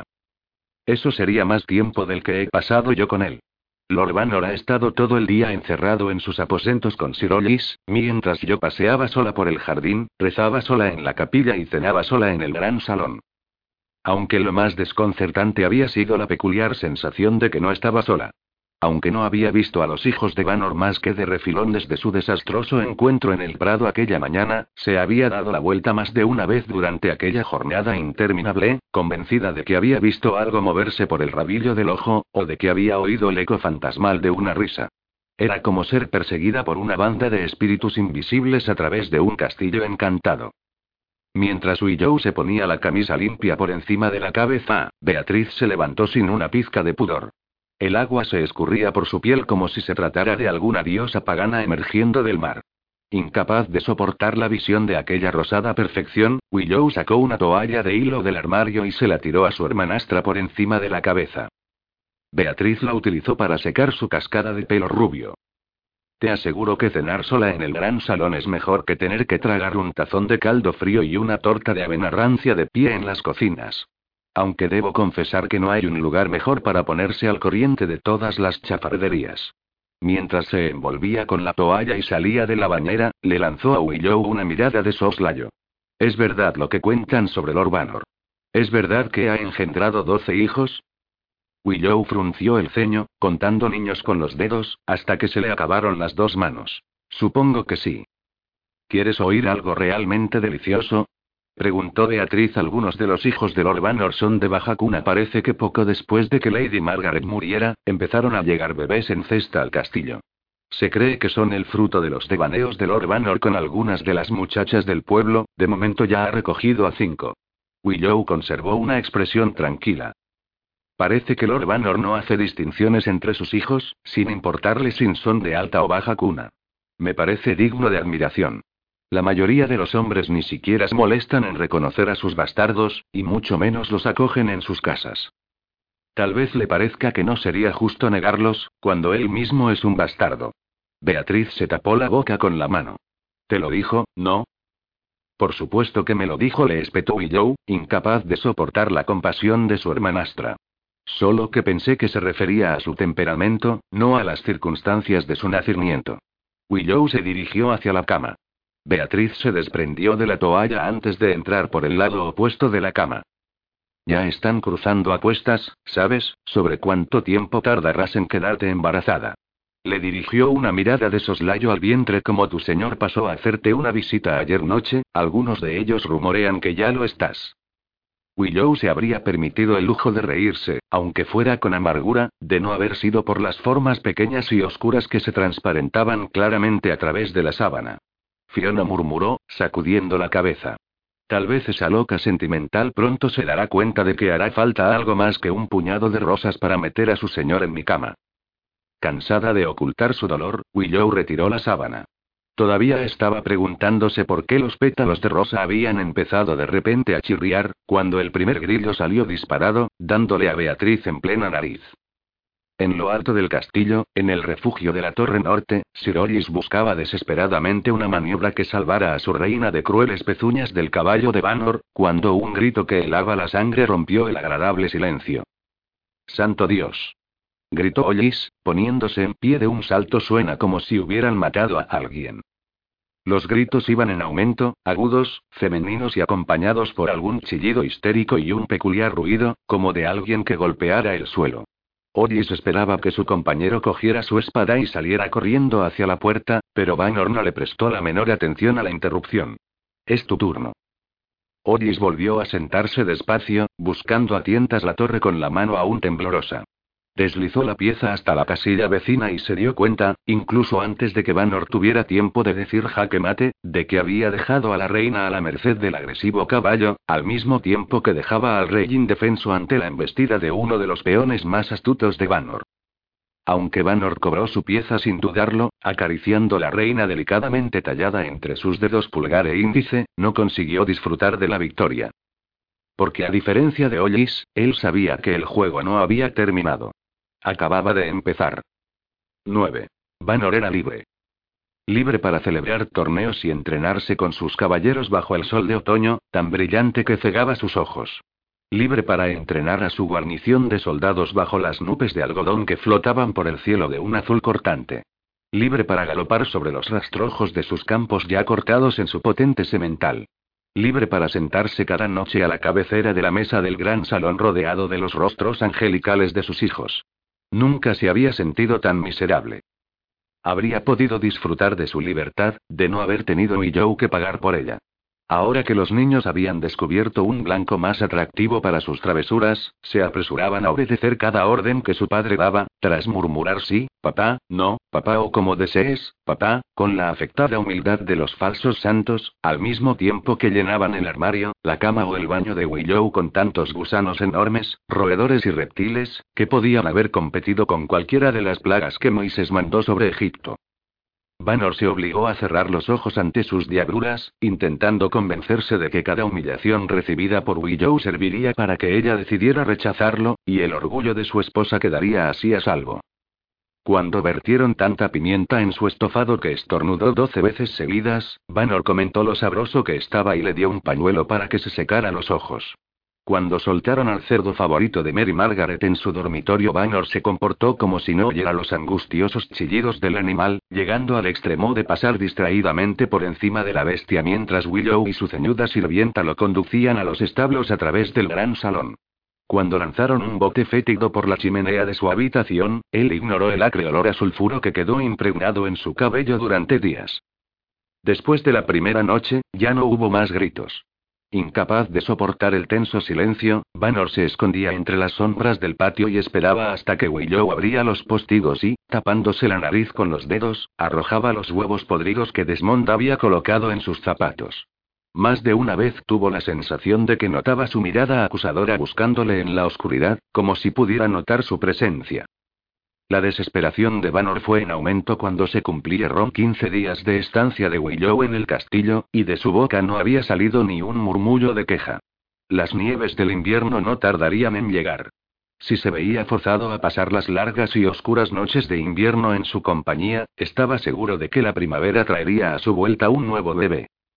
Eso sería más tiempo del que he pasado yo con él. Lord Banor ha estado todo el día encerrado en sus aposentos con Sir Ollis, mientras yo paseaba sola por el jardín, rezaba sola en la capilla y cenaba sola en el gran salón. Aunque lo más desconcertante había sido la peculiar sensación de que no estaba sola. Aunque no había visto a los hijos de Banor más que de refilón desde su desastroso encuentro en el prado aquella mañana, se había dado la vuelta más de una vez durante aquella jornada interminable, convencida de que había visto algo moverse por el rabillo del ojo, o de que había oído el eco fantasmal de una risa. Era como ser perseguida por una banda de espíritus invisibles a través de un castillo encantado. Mientras Willow se ponía la camisa limpia por encima de la cabeza, Beatriz se levantó sin una pizca de pudor. El agua se escurría por su piel como si se tratara de alguna diosa pagana emergiendo del mar. Incapaz de soportar la visión de aquella rosada perfección, Willow sacó una toalla de hilo del armario y se la tiró a su hermanastra por encima de la cabeza. Beatriz la utilizó para secar su cascada de pelo rubio. Te aseguro que cenar sola en el gran salón es mejor que tener que tragar un tazón de caldo frío y una torta de avena rancia de pie en las cocinas. Aunque debo confesar que no hay un lugar mejor para ponerse al corriente de todas las chafarderías. Mientras se envolvía con la toalla y salía de la bañera, le lanzó a Willow una mirada de soslayo. ¿Es verdad lo que cuentan sobre Lord Banor? ¿Es verdad que ha engendrado 12 hijos? Willow frunció el ceño, contando niños con los dedos, hasta que se le acabaron las 2 manos. Supongo que sí. ¿Quieres oír algo realmente delicioso? Preguntó Beatriz. Algunos de los hijos de Lord Banor son de baja cuna. Parece que poco después de que Lady Margaret muriera, empezaron a llegar bebés en cesta al castillo. Se cree que son el fruto de los devaneos de Lord Banor con algunas de las muchachas del pueblo. De momento ya ha recogido a 5. Willow conservó una expresión tranquila. Parece que Lord Banor no hace distinciones entre sus hijos, sin importarle si son de alta o baja cuna. Me parece digno de admiración. La mayoría de los hombres ni siquiera se molestan en reconocer a sus bastardos, y mucho menos los acogen en sus casas. Tal vez le parezca que no sería justo negarlos, cuando él mismo es un bastardo. Beatriz se tapó la boca con la mano. ¿Te lo dijo, no? Por supuesto que me lo dijo, le espetó Willow, incapaz de soportar la compasión de su hermanastra. Solo que pensé que se refería a su temperamento, no a las circunstancias de su nacimiento. Willow se dirigió hacia la cama. Beatriz se desprendió de la toalla antes de entrar por el lado opuesto de la cama. Ya están cruzando apuestas, ¿sabes? ¿Sobre cuánto tiempo tardarás en quedarte embarazada? Le dirigió una mirada de soslayo al vientre como tu señor pasó a hacerte una visita ayer noche, algunos de ellos rumorean que ya lo estás. Willow se habría permitido el lujo de reírse, aunque fuera con amargura, de no haber sido por las formas pequeñas y oscuras que se transparentaban claramente a través de la sábana. Fiona murmuró, sacudiendo la cabeza. Tal vez esa loca sentimental pronto se dará cuenta de que hará falta algo más que un puñado de rosas para meter a su señor en mi cama. Cansada de ocultar su dolor, Willow retiró la sábana. Todavía estaba preguntándose por qué los pétalos de rosa habían empezado de repente a chirriar, cuando el primer grillo salió disparado, dándole a Beatriz en plena nariz. En lo alto del castillo, en el refugio de la Torre Norte, Sir Ollis buscaba desesperadamente una maniobra que salvara a su reina de crueles pezuñas del caballo de Vanor, cuando un grito que helaba la sangre rompió el agradable silencio. ¡Santo Dios! Gritó Ollis, poniéndose en pie de un salto. Suena como si hubieran matado a alguien. Los gritos iban en aumento, agudos, femeninos y acompañados por algún chillido histérico y un peculiar ruido, como de alguien que golpeara el suelo. Ollis esperaba que su compañero cogiera su espada y saliera corriendo hacia la puerta, pero Vanor no le prestó la menor atención a la interrupción. «Es tu turno». Ollis volvió a sentarse despacio, buscando a tientas la torre con la mano aún temblorosa. Deslizó la pieza hasta la casilla vecina y se dio cuenta, incluso antes de que Vanor tuviera tiempo de decir jaque mate, de que había dejado a la reina a la merced del agresivo caballo, al mismo tiempo que dejaba al rey indefenso ante la embestida de uno de los peones más astutos de Vanor. Aunque Vanor cobró su pieza sin dudarlo, acariciando la reina delicadamente tallada entre sus dedos pulgar e índice, no consiguió disfrutar de la victoria. Porque a diferencia de Ollis, él sabía que el juego no había terminado. Acababa de empezar. 9. Vanor era libre. Libre para celebrar torneos y entrenarse con sus caballeros bajo el sol de otoño, tan brillante que cegaba sus ojos. Libre para entrenar a su guarnición de soldados bajo las nubes de algodón que flotaban por el cielo de un azul cortante. Libre para galopar sobre los rastrojos de sus campos ya cortados en su potente semental. Libre para sentarse cada noche a la cabecera de la mesa del gran salón rodeado de los rostros angelicales de sus hijos. Nunca se había sentido tan miserable. Habría podido disfrutar de su libertad, de no haber tenido Willow que pagar por ella. Ahora que los niños habían descubierto un blanco más atractivo para sus travesuras, se apresuraban a obedecer cada orden que su padre daba, tras murmurar sí, papá, no, papá o como desees, papá, con la afectada humildad de los falsos santos, al mismo tiempo que llenaban el armario, la cama o el baño de Willow con tantos gusanos enormes, roedores y reptiles, que podían haber competido con cualquiera de las plagas que Moisés mandó sobre Egipto. Vanor se obligó a cerrar los ojos ante sus diabluras, intentando convencerse de que cada humillación recibida por Willow serviría para que ella decidiera rechazarlo, y el orgullo de su esposa quedaría así a salvo. Cuando vertieron tanta pimienta en su estofado que estornudó 12 veces seguidas, Vanor comentó lo sabroso que estaba y le dio un pañuelo para que se secara los ojos. Cuando soltaron al cerdo favorito de Mary Margaret en su dormitorio, Vanor se comportó como si no oyera los angustiosos chillidos del animal, llegando al extremo de pasar distraídamente por encima de la bestia mientras Willow y su ceñuda sirvienta lo conducían a los establos a través del gran salón. Cuando lanzaron un bote fétido por la chimenea de su habitación, él ignoró el acre olor a sulfuro que quedó impregnado en su cabello durante días. Después de la primera noche, ya no hubo más gritos. Incapaz de soportar el tenso silencio, Vanor se escondía entre las sombras del patio y esperaba hasta que Willow abría los postigos y, tapándose la nariz con los dedos, arrojaba los huevos podridos que Desmond había colocado en sus zapatos. Más de una vez tuvo la sensación de que notaba su mirada acusadora buscándole en la oscuridad, como si pudiera notar su presencia. La desesperación de Vanor fue en aumento cuando se cumplieron 15 días de estancia de Willow en el castillo, y de su boca no había salido ni un murmullo de queja. Las nieves del invierno no tardarían en llegar. Si se veía forzado a pasar las largas y oscuras noches de invierno en su compañía, estaba seguro de que la primavera traería a su vuelta un nuevo bebé.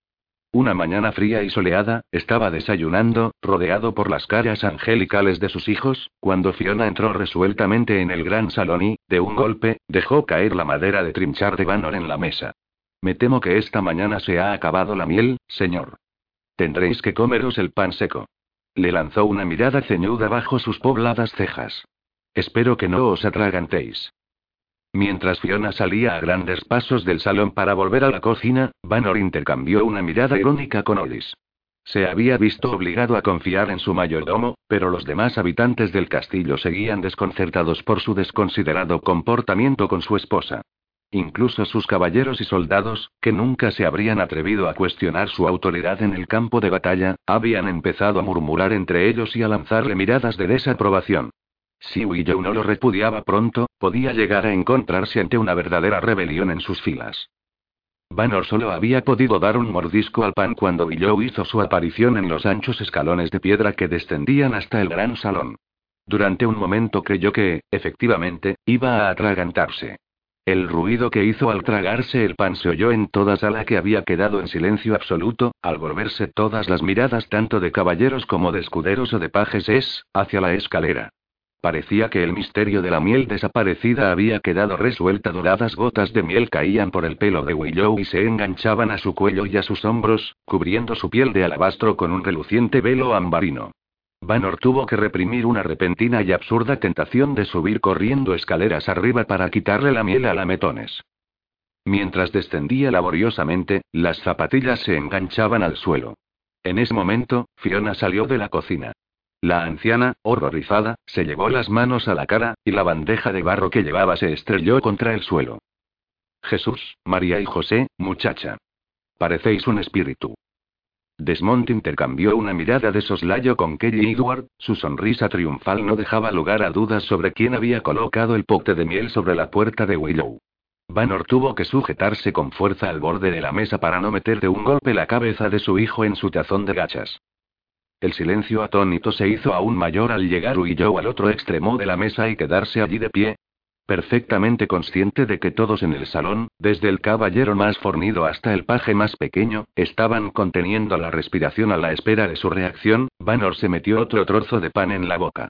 Una mañana fría y soleada, estaba desayunando, rodeado por las caras angelicales de sus hijos, cuando Fiona entró resueltamente en el gran salón y, de un golpe, dejó caer la madera de trinchar de Vanor en la mesa. Me temo que esta mañana se ha acabado la miel, señor. Tendréis que comeros el pan seco. Le lanzó una mirada ceñuda bajo sus pobladas cejas. Espero que no os atragantéis. Mientras Fiona salía a grandes pasos del salón para volver a la cocina, Vanor intercambió una mirada irónica con Olis. Se había visto obligado a confiar en su mayordomo, pero los demás habitantes del castillo seguían desconcertados por su desconsiderado comportamiento con su esposa. Incluso sus caballeros y soldados, que nunca se habrían atrevido a cuestionar su autoridad en el campo de batalla, habían empezado a murmurar entre ellos y a lanzarle miradas de desaprobación. Si Willow no lo repudiaba pronto, podía llegar a encontrarse ante una verdadera rebelión en sus filas. Vanor solo había podido dar un mordisco al pan cuando Willow hizo su aparición en los anchos escalones de piedra que descendían hasta el gran salón. Durante un momento creyó que, efectivamente, iba a atragantarse. El ruido que hizo al tragarse el pan se oyó en toda sala que había quedado en silencio absoluto, al volverse todas las miradas tanto de caballeros como de escuderos o de pajes hacia la escalera. Parecía que el misterio de la miel desaparecida había quedado resuelta. Doradas gotas de miel caían por el pelo de Willow y se enganchaban a su cuello y a sus hombros, cubriendo su piel de alabastro con un reluciente velo ambarino. Vanor tuvo que reprimir una repentina y absurda tentación de subir corriendo escaleras arriba para quitarle la miel a lametones. Mientras descendía laboriosamente, las zapatillas se enganchaban al suelo. En ese momento, Fiona salió de la cocina. La anciana, horrorizada, se llevó las manos a la cara, y la bandeja de barro que llevaba se estrelló contra el suelo. Jesús, María y José, muchacha. Parecéis un espíritu. Desmond intercambió una mirada de soslayo con Kelly Edward, su sonrisa triunfal no dejaba lugar a dudas sobre quién había colocado el pote de miel sobre la puerta de Willow. Vanor tuvo que sujetarse con fuerza al borde de la mesa para no meter de un golpe la cabeza de su hijo en su tazón de gachas. El silencio atónito se hizo aún mayor al llegar Willow al otro extremo de la mesa y quedarse allí de pie. Perfectamente consciente de que todos en el salón, desde el caballero más fornido hasta el paje más pequeño, estaban conteniendo la respiración a la espera de su reacción, Vanor se metió otro trozo de pan en la boca.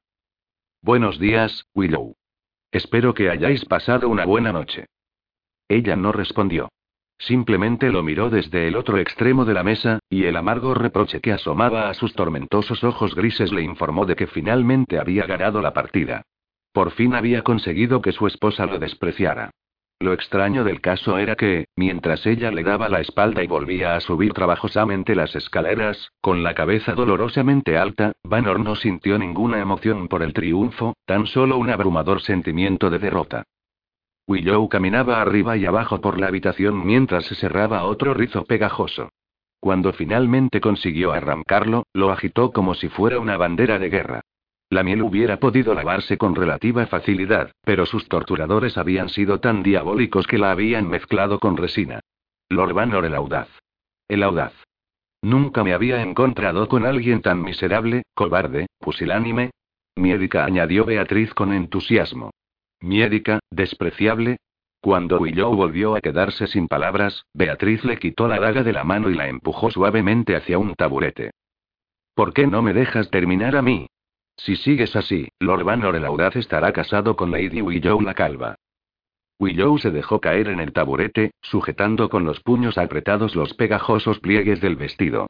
Buenos días, Willow. Espero que hayáis pasado una buena noche. Ella no respondió. Simplemente lo miró desde el otro extremo de la mesa, y el amargo reproche que asomaba a sus tormentosos ojos grises le informó de que finalmente había ganado la partida. Por fin había conseguido que su esposa lo despreciara. Lo extraño del caso era que, mientras ella le daba la espalda y volvía a subir trabajosamente las escaleras, con la cabeza dolorosamente alta, Vanor no sintió ninguna emoción por el triunfo, tan solo un abrumador sentimiento de derrota. Willow caminaba arriba y abajo por la habitación mientras se cerraba otro rizo pegajoso. Cuando finalmente consiguió arrancarlo, lo agitó como si fuera una bandera de guerra. La miel hubiera podido lavarse con relativa facilidad, pero sus torturadores habían sido tan diabólicos que la habían mezclado con resina. Lord Vanor el audaz. El audaz. Nunca me había encontrado con alguien tan miserable, cobarde, pusilánime. Miedica, añadió Beatriz con entusiasmo. Miedica, despreciable. Cuando Willow volvió a quedarse sin palabras, Beatriz le quitó la daga de la mano y la empujó suavemente hacia un taburete. ¿Por qué no me dejas terminar a mí? Si sigues así, Lord Vanor el audaz estará casado con Lady Willow la calva. Willow se dejó caer en el taburete, sujetando con los puños apretados los pegajosos pliegues del vestido.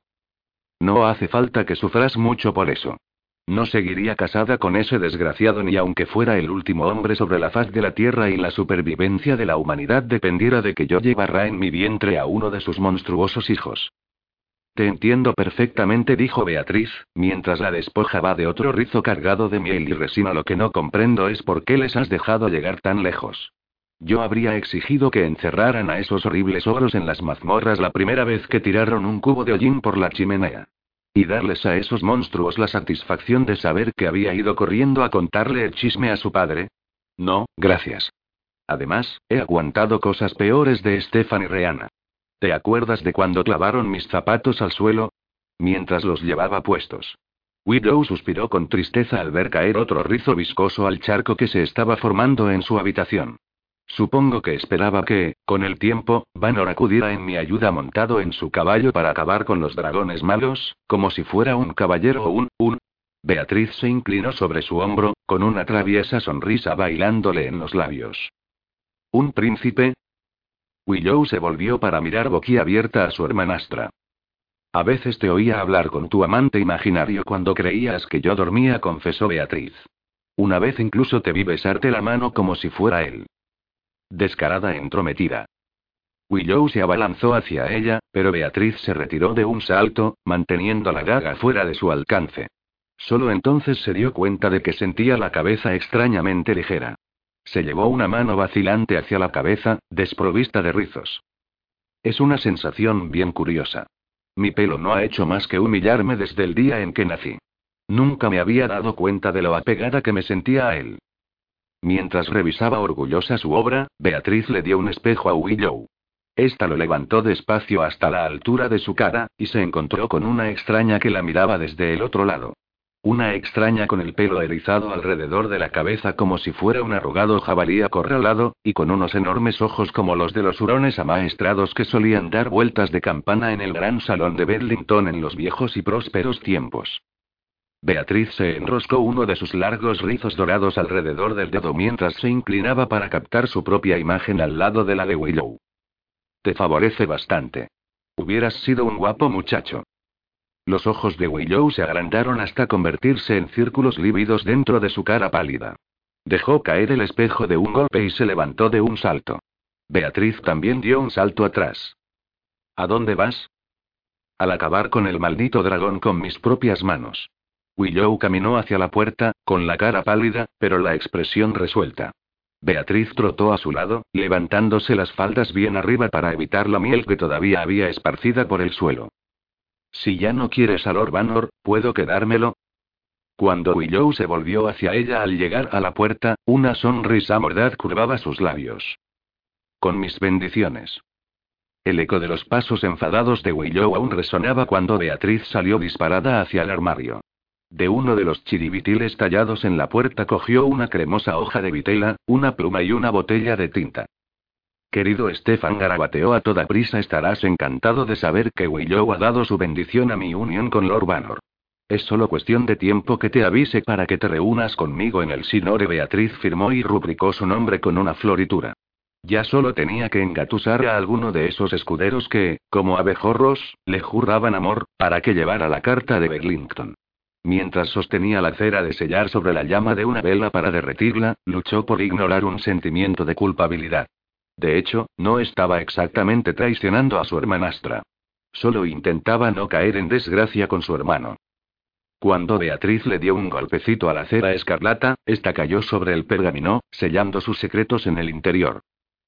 No hace falta que sufras mucho por eso. No seguiría casada con ese desgraciado ni aunque fuera el último hombre sobre la faz de la tierra y la supervivencia de la humanidad dependiera de que yo llevara en mi vientre a uno de sus monstruosos hijos. Te entiendo perfectamente, dijo Beatriz, mientras la despojaba de otro rizo cargado de miel y resina. Lo que no comprendo es por qué les has dejado llegar tan lejos. Yo habría exigido que encerraran a esos horribles ogros en las mazmorras la primera vez que tiraron un cubo de hollín por la chimenea. Y darles a esos monstruos la satisfacción de saber que había ido corriendo a contarle el chisme a su padre. No, gracias. Además, he aguantado cosas peores de Stefan y Rhianna. ¿Te acuerdas de cuando clavaron mis zapatos al suelo? Mientras los llevaba puestos. Willow suspiró con tristeza al ver caer otro rizo viscoso al charco que se estaba formando en su habitación. Supongo que esperaba que, con el tiempo, Vanor acudiera en mi ayuda montado en su caballo para acabar con los dragones malos, como si fuera un caballero o un... Beatriz se inclinó sobre su hombro, con una traviesa sonrisa bailándole en los labios. ¿Un príncipe? Willow se volvió para mirar boquiabierta a su hermanastra. A veces te oía hablar con tu amante imaginario cuando creías que yo dormía, confesó Beatriz. Una vez incluso te vi besarte la mano como si fuera él. Descarada entrometida. Willow se abalanzó hacia ella, pero Beatriz se retiró de un salto, manteniendo la daga fuera de su alcance. Solo entonces se dio cuenta de que sentía la cabeza extrañamente ligera. Se llevó una mano vacilante hacia la cabeza, desprovista de rizos. Es una sensación bien curiosa. Mi pelo no ha hecho más que humillarme desde el día en que nací. Nunca me había dado cuenta de lo apegada que me sentía a él. Mientras revisaba orgullosa su obra, Beatriz le dio un espejo a Willow. Esta lo levantó despacio hasta la altura de su cara, y se encontró con una extraña que la miraba desde el otro lado. Una extraña con el pelo erizado alrededor de la cabeza como si fuera un arrugado jabalí acorralado, y con unos enormes ojos como los de los hurones amaestrados que solían dar vueltas de campana en el gran salón de Bedlington en los viejos y prósperos tiempos. Beatriz se enroscó uno de sus largos rizos dorados alrededor del dedo mientras se inclinaba para captar su propia imagen al lado de la de Willow. Te favorece bastante. Hubieras sido un guapo muchacho. Los ojos de Willow se agrandaron hasta convertirse en círculos lívidos dentro de su cara pálida. Dejó caer el espejo de un golpe y se levantó de un salto. Beatriz también dio un salto atrás. ¿A dónde vas? Al acabar con el maldito dragón con mis propias manos. Willow caminó hacia la puerta, con la cara pálida, pero la expresión resuelta. Beatriz trotó a su lado, levantándose las faldas bien arriba para evitar la miel que todavía había esparcida por el suelo. Si ya no quieres a Lord Vanor, ¿puedo quedármelo? Cuando Willow se volvió hacia ella al llegar a la puerta, una sonrisa mordaz curvaba sus labios. Con mis bendiciones. El eco de los pasos enfadados de Willow aún resonaba cuando Beatriz salió disparada hacia el armario. De uno de los chiribitiles tallados en la puerta cogió una cremosa hoja de vitela, una pluma y una botella de tinta. Querido Stefan, garabateó a toda prisa, estarás encantado de saber que Willow ha dado su bendición a mi unión con Lord Vanor. Es solo cuestión de tiempo que te avise para que te reúnas conmigo en el Sinore. Beatriz firmó y rubricó su nombre con una floritura. Ya solo tenía que engatusar a alguno de esos escuderos que, como abejorros, le juraban amor, para que llevara la carta de Bedlington. Mientras sostenía la cera de sellar sobre la llama de una vela para derretirla, luchó por ignorar un sentimiento de culpabilidad. De hecho, no estaba exactamente traicionando a su hermanastra. Solo intentaba no caer en desgracia con su hermano. Cuando Beatriz le dio un golpecito a la cera escarlata, esta cayó sobre el pergamino, sellando sus secretos en el interior.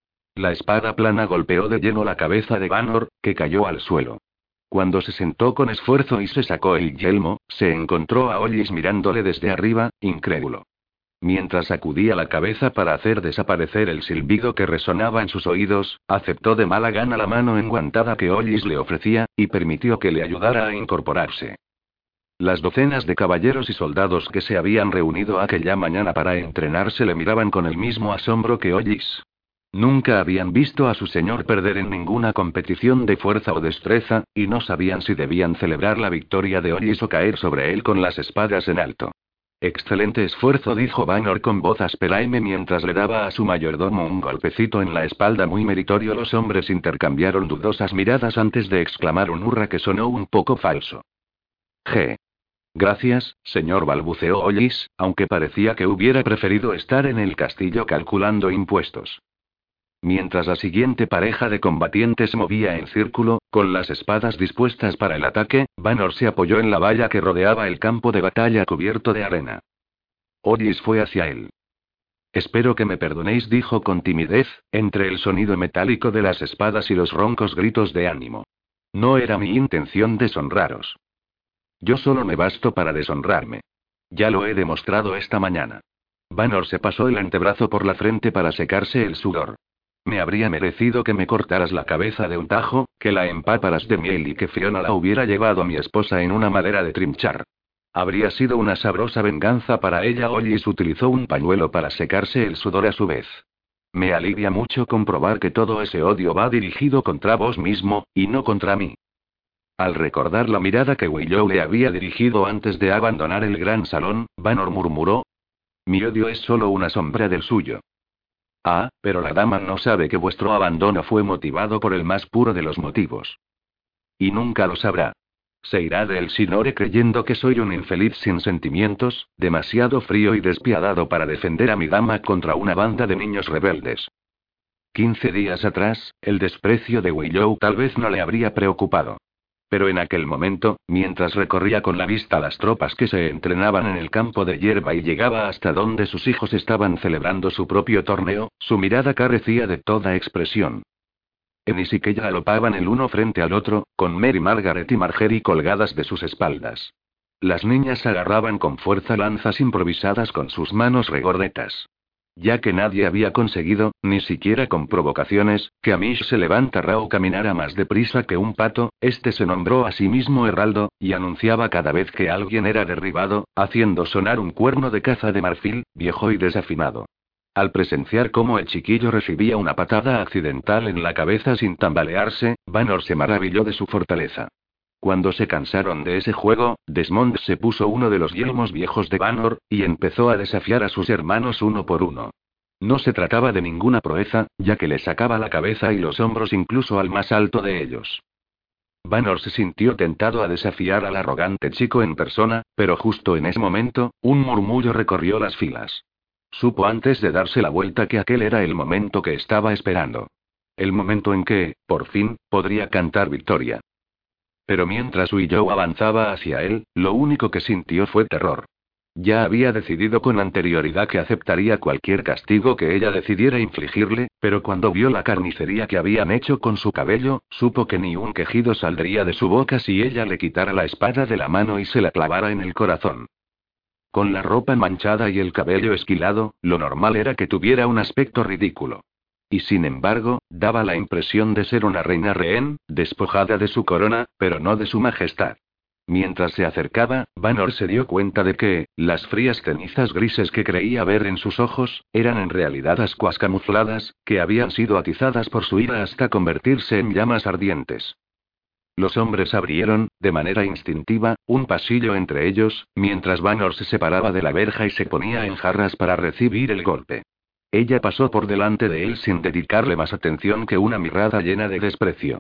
La espada plana golpeó de lleno la cabeza de Vanor, que cayó al suelo. Cuando se sentó con esfuerzo y se sacó el yelmo, se encontró a Ollis mirándole desde arriba, incrédulo. Mientras sacudía la cabeza para hacer desaparecer el silbido que resonaba en sus oídos, aceptó de mala gana la mano enguantada que Ollis le ofrecía, y permitió que le ayudara a incorporarse. Las docenas de caballeros y soldados que se habían reunido aquella mañana para entrenarse le miraban con el mismo asombro que Ollis. Nunca habían visto a su señor perder en ninguna competición de fuerza o destreza, y no sabían si debían celebrar la victoria de Ollis o caer sobre él con las espadas en alto. Excelente esfuerzo, dijo Vanor con voz áspera mientras le daba a su mayordomo un golpecito en la espalda. Muy meritorio. Los hombres intercambiaron dudosas miradas antes de exclamar un hurra que sonó un poco falso. Gracias, señor, balbuceó Ollis, aunque parecía que hubiera preferido estar en el castillo calculando impuestos. Mientras la siguiente pareja de combatientes movía en círculo, con las espadas dispuestas para el ataque, Vanor se apoyó en la valla que rodeaba el campo de batalla cubierto de arena. Ollis fue hacia él. Espero que me perdonéis, dijo con timidez, entre el sonido metálico de las espadas y los roncos gritos de ánimo. No era mi intención deshonraros. Yo solo me basto para deshonrarme. Ya lo he demostrado esta mañana. Vanor se pasó el antebrazo por la frente para secarse el sudor. Me habría merecido que me cortaras la cabeza de un tajo, que la empaparas de miel y que Fiona la hubiera llevado a mi esposa en una madera de trinchar. Habría sido una sabrosa venganza para ella. Ollis utilizó un pañuelo para secarse el sudor a su vez. Me alivia mucho comprobar que todo ese odio va dirigido contra vos mismo, y no contra mí. Al recordar la mirada que Willow le había dirigido antes de abandonar el gran salón, Vanor murmuró: mi odio es solo una sombra del suyo. Ah, pero la dama no sabe que vuestro abandono fue motivado por el más puro de los motivos. Y nunca lo sabrá. Se irá de El Sinore creyendo que soy un infeliz sin sentimientos, demasiado frío y despiadado para defender a mi dama contra una banda de niños rebeldes. 15 días atrás, el desprecio de Willow tal vez no le habría preocupado. Pero en aquel momento, mientras recorría con la vista las tropas que se entrenaban en el campo de hierba y llegaba hasta donde sus hijos estaban celebrando su propio torneo, su mirada carecía de toda expresión. Ennis y Kella galopaban el uno frente al otro, con Mary Margaret y Margery colgadas de sus espaldas. Las niñas agarraban con fuerza lanzas improvisadas con sus manos regordetas. Ya que nadie había conseguido, ni siquiera con provocaciones, que Amish se levantara o caminara más deprisa que un pato, este se nombró a sí mismo heraldo, y anunciaba cada vez que alguien era derribado, haciendo sonar un cuerno de caza de marfil, viejo y desafinado. Al presenciar cómo el chiquillo recibía una patada accidental en la cabeza sin tambalearse, Vanor se maravilló de su fortaleza. Cuando se cansaron de ese juego, Desmond se puso uno de los yelmos viejos de Vanor, y empezó a desafiar a sus hermanos uno por uno. No se trataba de ninguna proeza, ya que le sacaba la cabeza y los hombros incluso al más alto de ellos. Vanor se sintió tentado a desafiar al arrogante chico en persona, pero justo en ese momento, un murmullo recorrió las filas. Supo antes de darse la vuelta que aquel era el momento que estaba esperando. El momento en que, por fin, podría cantar victoria. Pero mientras Willow avanzaba hacia él, lo único que sintió fue terror. Ya había decidido con anterioridad que aceptaría cualquier castigo que ella decidiera infligirle, pero cuando vio la carnicería que habían hecho con su cabello, supo que ni un quejido saldría de su boca si ella le quitara la espada de la mano y se la clavara en el corazón. Con la ropa manchada y el cabello esquilado, lo normal era que tuviera un aspecto ridículo. Y sin embargo, daba la impresión de ser una reina rehén, despojada de su corona, pero no de su majestad. Mientras se acercaba, Vanor se dio cuenta de que, las frías cenizas grises que creía ver en sus ojos, eran en realidad ascuas camufladas, que habían sido atizadas por su ira hasta convertirse en llamas ardientes. Los hombres abrieron, de manera instintiva, un pasillo entre ellos, mientras Vanor se separaba de la verja y se ponía en jarras para recibir el golpe. Ella pasó por delante de él sin dedicarle más atención que una mirada llena de desprecio.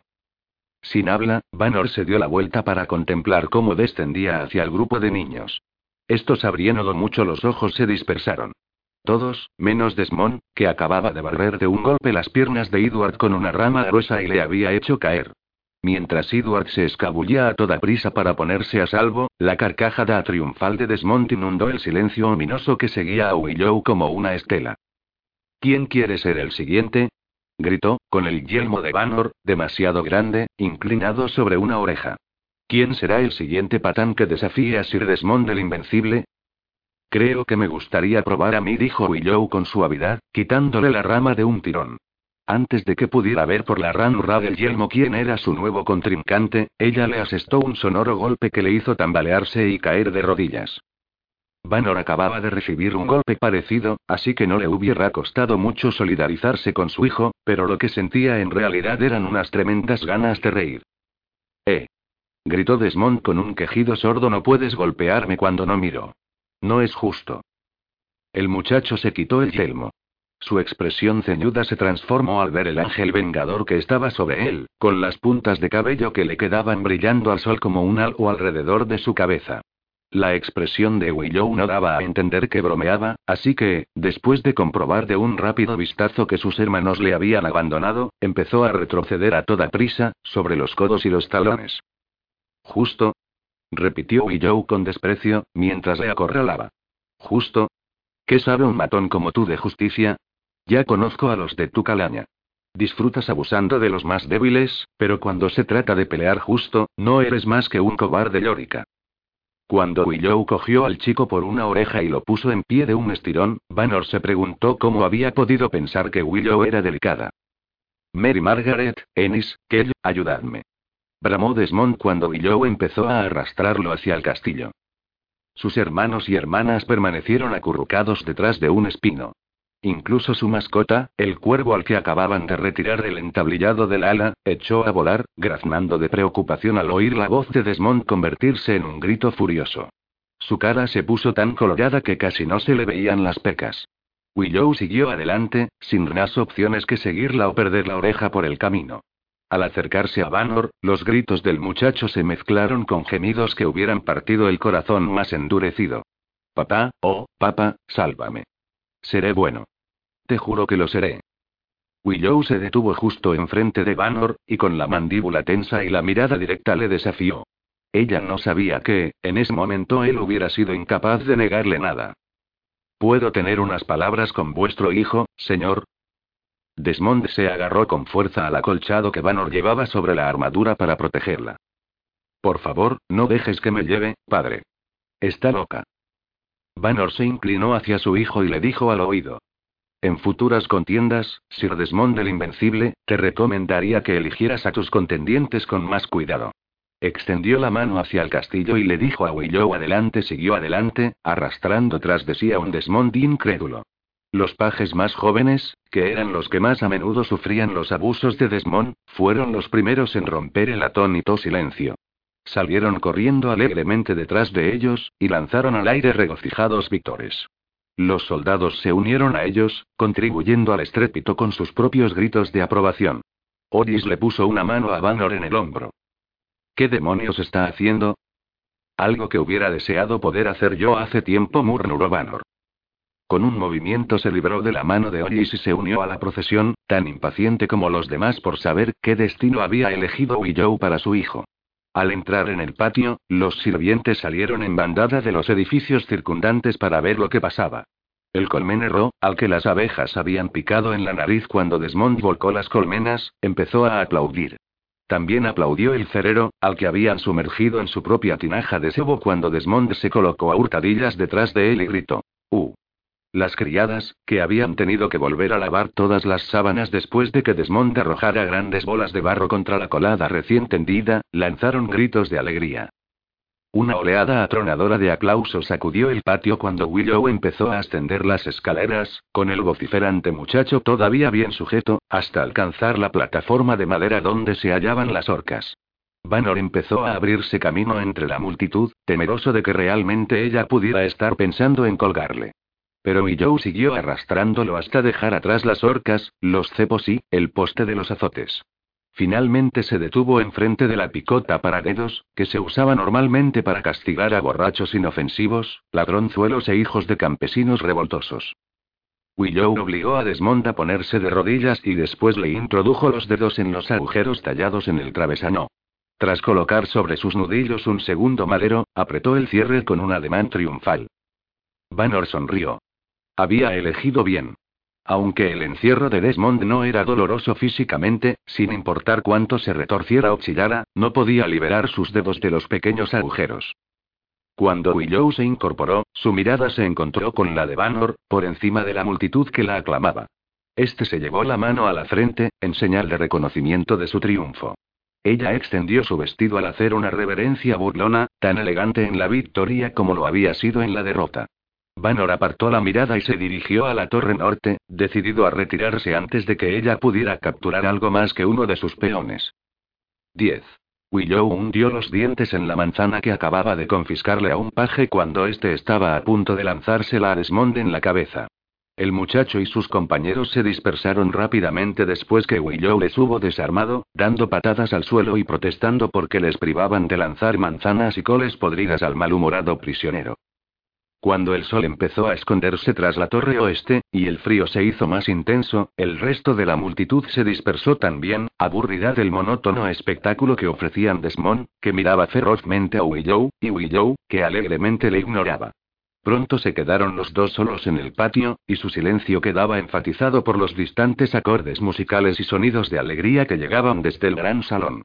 Sin habla, Vanor se dio la vuelta para contemplar cómo descendía hacia el grupo de niños. Estos abriendo mucho los ojos se dispersaron. Todos, menos Desmond, que acababa de barrer de un golpe las piernas de Edward con una rama gruesa y le había hecho caer. Mientras Edward se escabullía a toda prisa para ponerse a salvo, la carcajada triunfal de Desmond inundó el silencio ominoso que seguía a Willow como una estela. ¿Quién quiere ser el siguiente?, gritó, con el yelmo de Vanor, demasiado grande, inclinado sobre una oreja. ¿Quién será el siguiente patán que desafíe a Sir Desmond el Invencible? Creo que me gustaría probar a mí, dijo Willow con suavidad, quitándole la rama de un tirón. Antes de que pudiera ver por la ranura del yelmo quién era su nuevo contrincante, ella le asestó un sonoro golpe que le hizo tambalearse y caer de rodillas. Vanor acababa de recibir un golpe parecido, así que no le hubiera costado mucho solidarizarse con su hijo, pero lo que sentía en realidad eran unas tremendas ganas de reír. Gritó Desmond con un quejido sordo, no puedes golpearme cuando no miro. No es justo. El muchacho se quitó el yelmo. Su expresión ceñuda se transformó al ver el ángel vengador que estaba sobre él, con las puntas de cabello que le quedaban brillando al sol como un halo alrededor de su cabeza. La expresión de Willow no daba a entender que bromeaba, así que, después de comprobar de un rápido vistazo que sus hermanos le habían abandonado, empezó a retroceder a toda prisa, sobre los codos y los talones. ¿Justo?, repitió Willow con desprecio, mientras le acorralaba. ¿Justo? ¿Qué sabe un matón como tú de justicia? Ya conozco a los de tu calaña. Disfrutas abusando de los más débiles, pero cuando se trata de pelear justo, no eres más que un cobarde llórica. Cuando Willow cogió al chico por una oreja y lo puso en pie de un estirón, Vanor se preguntó cómo había podido pensar que Willow era delicada. Mary Margaret, Ennis, Kell, ayudadme. Bramó Desmond cuando Willow empezó a arrastrarlo hacia el castillo. Sus hermanos y hermanas permanecieron acurrucados detrás de un espino. Incluso su mascota, el cuervo al que acababan de retirar del entablillado del ala, echó a volar, graznando de preocupación al oír la voz de Desmond convertirse en un grito furioso. Su cara se puso tan colorada que casi no se le veían las pecas. Willow siguió adelante, sin más opciones que seguirla o perder la oreja por el camino. Al acercarse a Vanor, los gritos del muchacho se mezclaron con gemidos que hubieran partido el corazón más endurecido. Papá, oh, papá, sálvame. Seré bueno. Te juro que lo seré. Willow se detuvo justo enfrente de Vanor, y con la mandíbula tensa y la mirada directa le desafió. Ella no sabía que, en ese momento él hubiera sido incapaz de negarle nada. ¿Puedo tener unas palabras con vuestro hijo, señor? Desmond se agarró con fuerza al acolchado que Vanor llevaba sobre la armadura para protegerla. Por favor, no dejes que me lleve, padre. Está loca. Vanor se inclinó hacia su hijo y le dijo al oído. En futuras contiendas, Sir Desmond el Invencible, te recomendaría que eligieras a tus contendientes con más cuidado. Extendió la mano hacia el castillo y le dijo a Willow adelante. Siguió adelante, arrastrando tras de sí a un Desmond incrédulo. Los pajes más jóvenes, que eran los que más a menudo sufrían los abusos de Desmond, fueron los primeros en romper el atónito silencio. Salieron corriendo alegremente detrás de ellos, y lanzaron al aire regocijados vítores. Los soldados se unieron a ellos, contribuyendo al estrépito con sus propios gritos de aprobación. Ollis le puso una mano a Vanor en el hombro. ¿Qué demonios está haciendo? Algo que hubiera deseado poder hacer yo hace tiempo, murmuró Vanor. Con un movimiento se libró de la mano de Ollis y se unió a la procesión, tan impaciente como los demás por saber qué destino había elegido Willow para su hijo. Al entrar en el patio, los sirvientes salieron en bandada de los edificios circundantes para ver lo que pasaba. El colmenero, al que las abejas habían picado en la nariz cuando Desmond volcó las colmenas, empezó a aplaudir. También aplaudió el cerero, al que habían sumergido en su propia tinaja de sebo cuando Desmond se colocó a hurtadillas detrás de él y gritó. Las criadas, que habían tenido que volver a lavar todas las sábanas después de que Desmond arrojara grandes bolas de barro contra la colada recién tendida, lanzaron gritos de alegría. Una oleada atronadora de aplausos sacudió el patio cuando Willow empezó a ascender las escaleras, con el vociferante muchacho todavía bien sujeto, hasta alcanzar la plataforma de madera donde se hallaban las orcas. Vanor empezó a abrirse camino entre la multitud, temeroso de que realmente ella pudiera estar pensando en colgarle. Pero Willow siguió arrastrándolo hasta dejar atrás las orcas, los cepos y el poste de los azotes. Finalmente se detuvo enfrente de la picota para dedos, que se usaba normalmente para castigar a borrachos inofensivos, ladronzuelos e hijos de campesinos revoltosos. Willow obligó a Desmond a ponerse de rodillas y después le introdujo los dedos en los agujeros tallados en el travesano. Tras colocar sobre sus nudillos un segundo madero, apretó el cierre con un ademán triunfal. Vanor sonrió. Había elegido bien. Aunque el encierro de Desmond no era doloroso físicamente, sin importar cuánto se retorciera o chillara, no podía liberar sus dedos de los pequeños agujeros. Cuando Willow se incorporó, su mirada se encontró con la de Vanor, por encima de la multitud que la aclamaba. Este se llevó la mano a la frente, en señal de reconocimiento de su triunfo. Ella extendió su vestido al hacer una reverencia burlona, tan elegante en la victoria como lo había sido en la derrota. Vanor apartó la mirada y se dirigió a la torre norte, decidido a retirarse antes de que ella pudiera capturar algo más que uno de sus peones. 10. Willow hundió los dientes en la manzana que acababa de confiscarle a un paje cuando éste estaba a punto de lanzársela a Desmond en la cabeza. El muchacho y sus compañeros se dispersaron rápidamente después que Willow les hubo desarmado, dando patadas al suelo y protestando porque les privaban de lanzar manzanas y coles podridas al malhumorado prisionero. Cuando el sol empezó a esconderse tras la torre oeste, y el frío se hizo más intenso, el resto de la multitud se dispersó también, aburrida del monótono espectáculo que ofrecían Desmond, que miraba ferozmente a Willow, y Willow, que alegremente le ignoraba. Pronto se quedaron los dos solos en el patio, y su silencio quedaba enfatizado por los distantes acordes musicales y sonidos de alegría que llegaban desde el gran salón.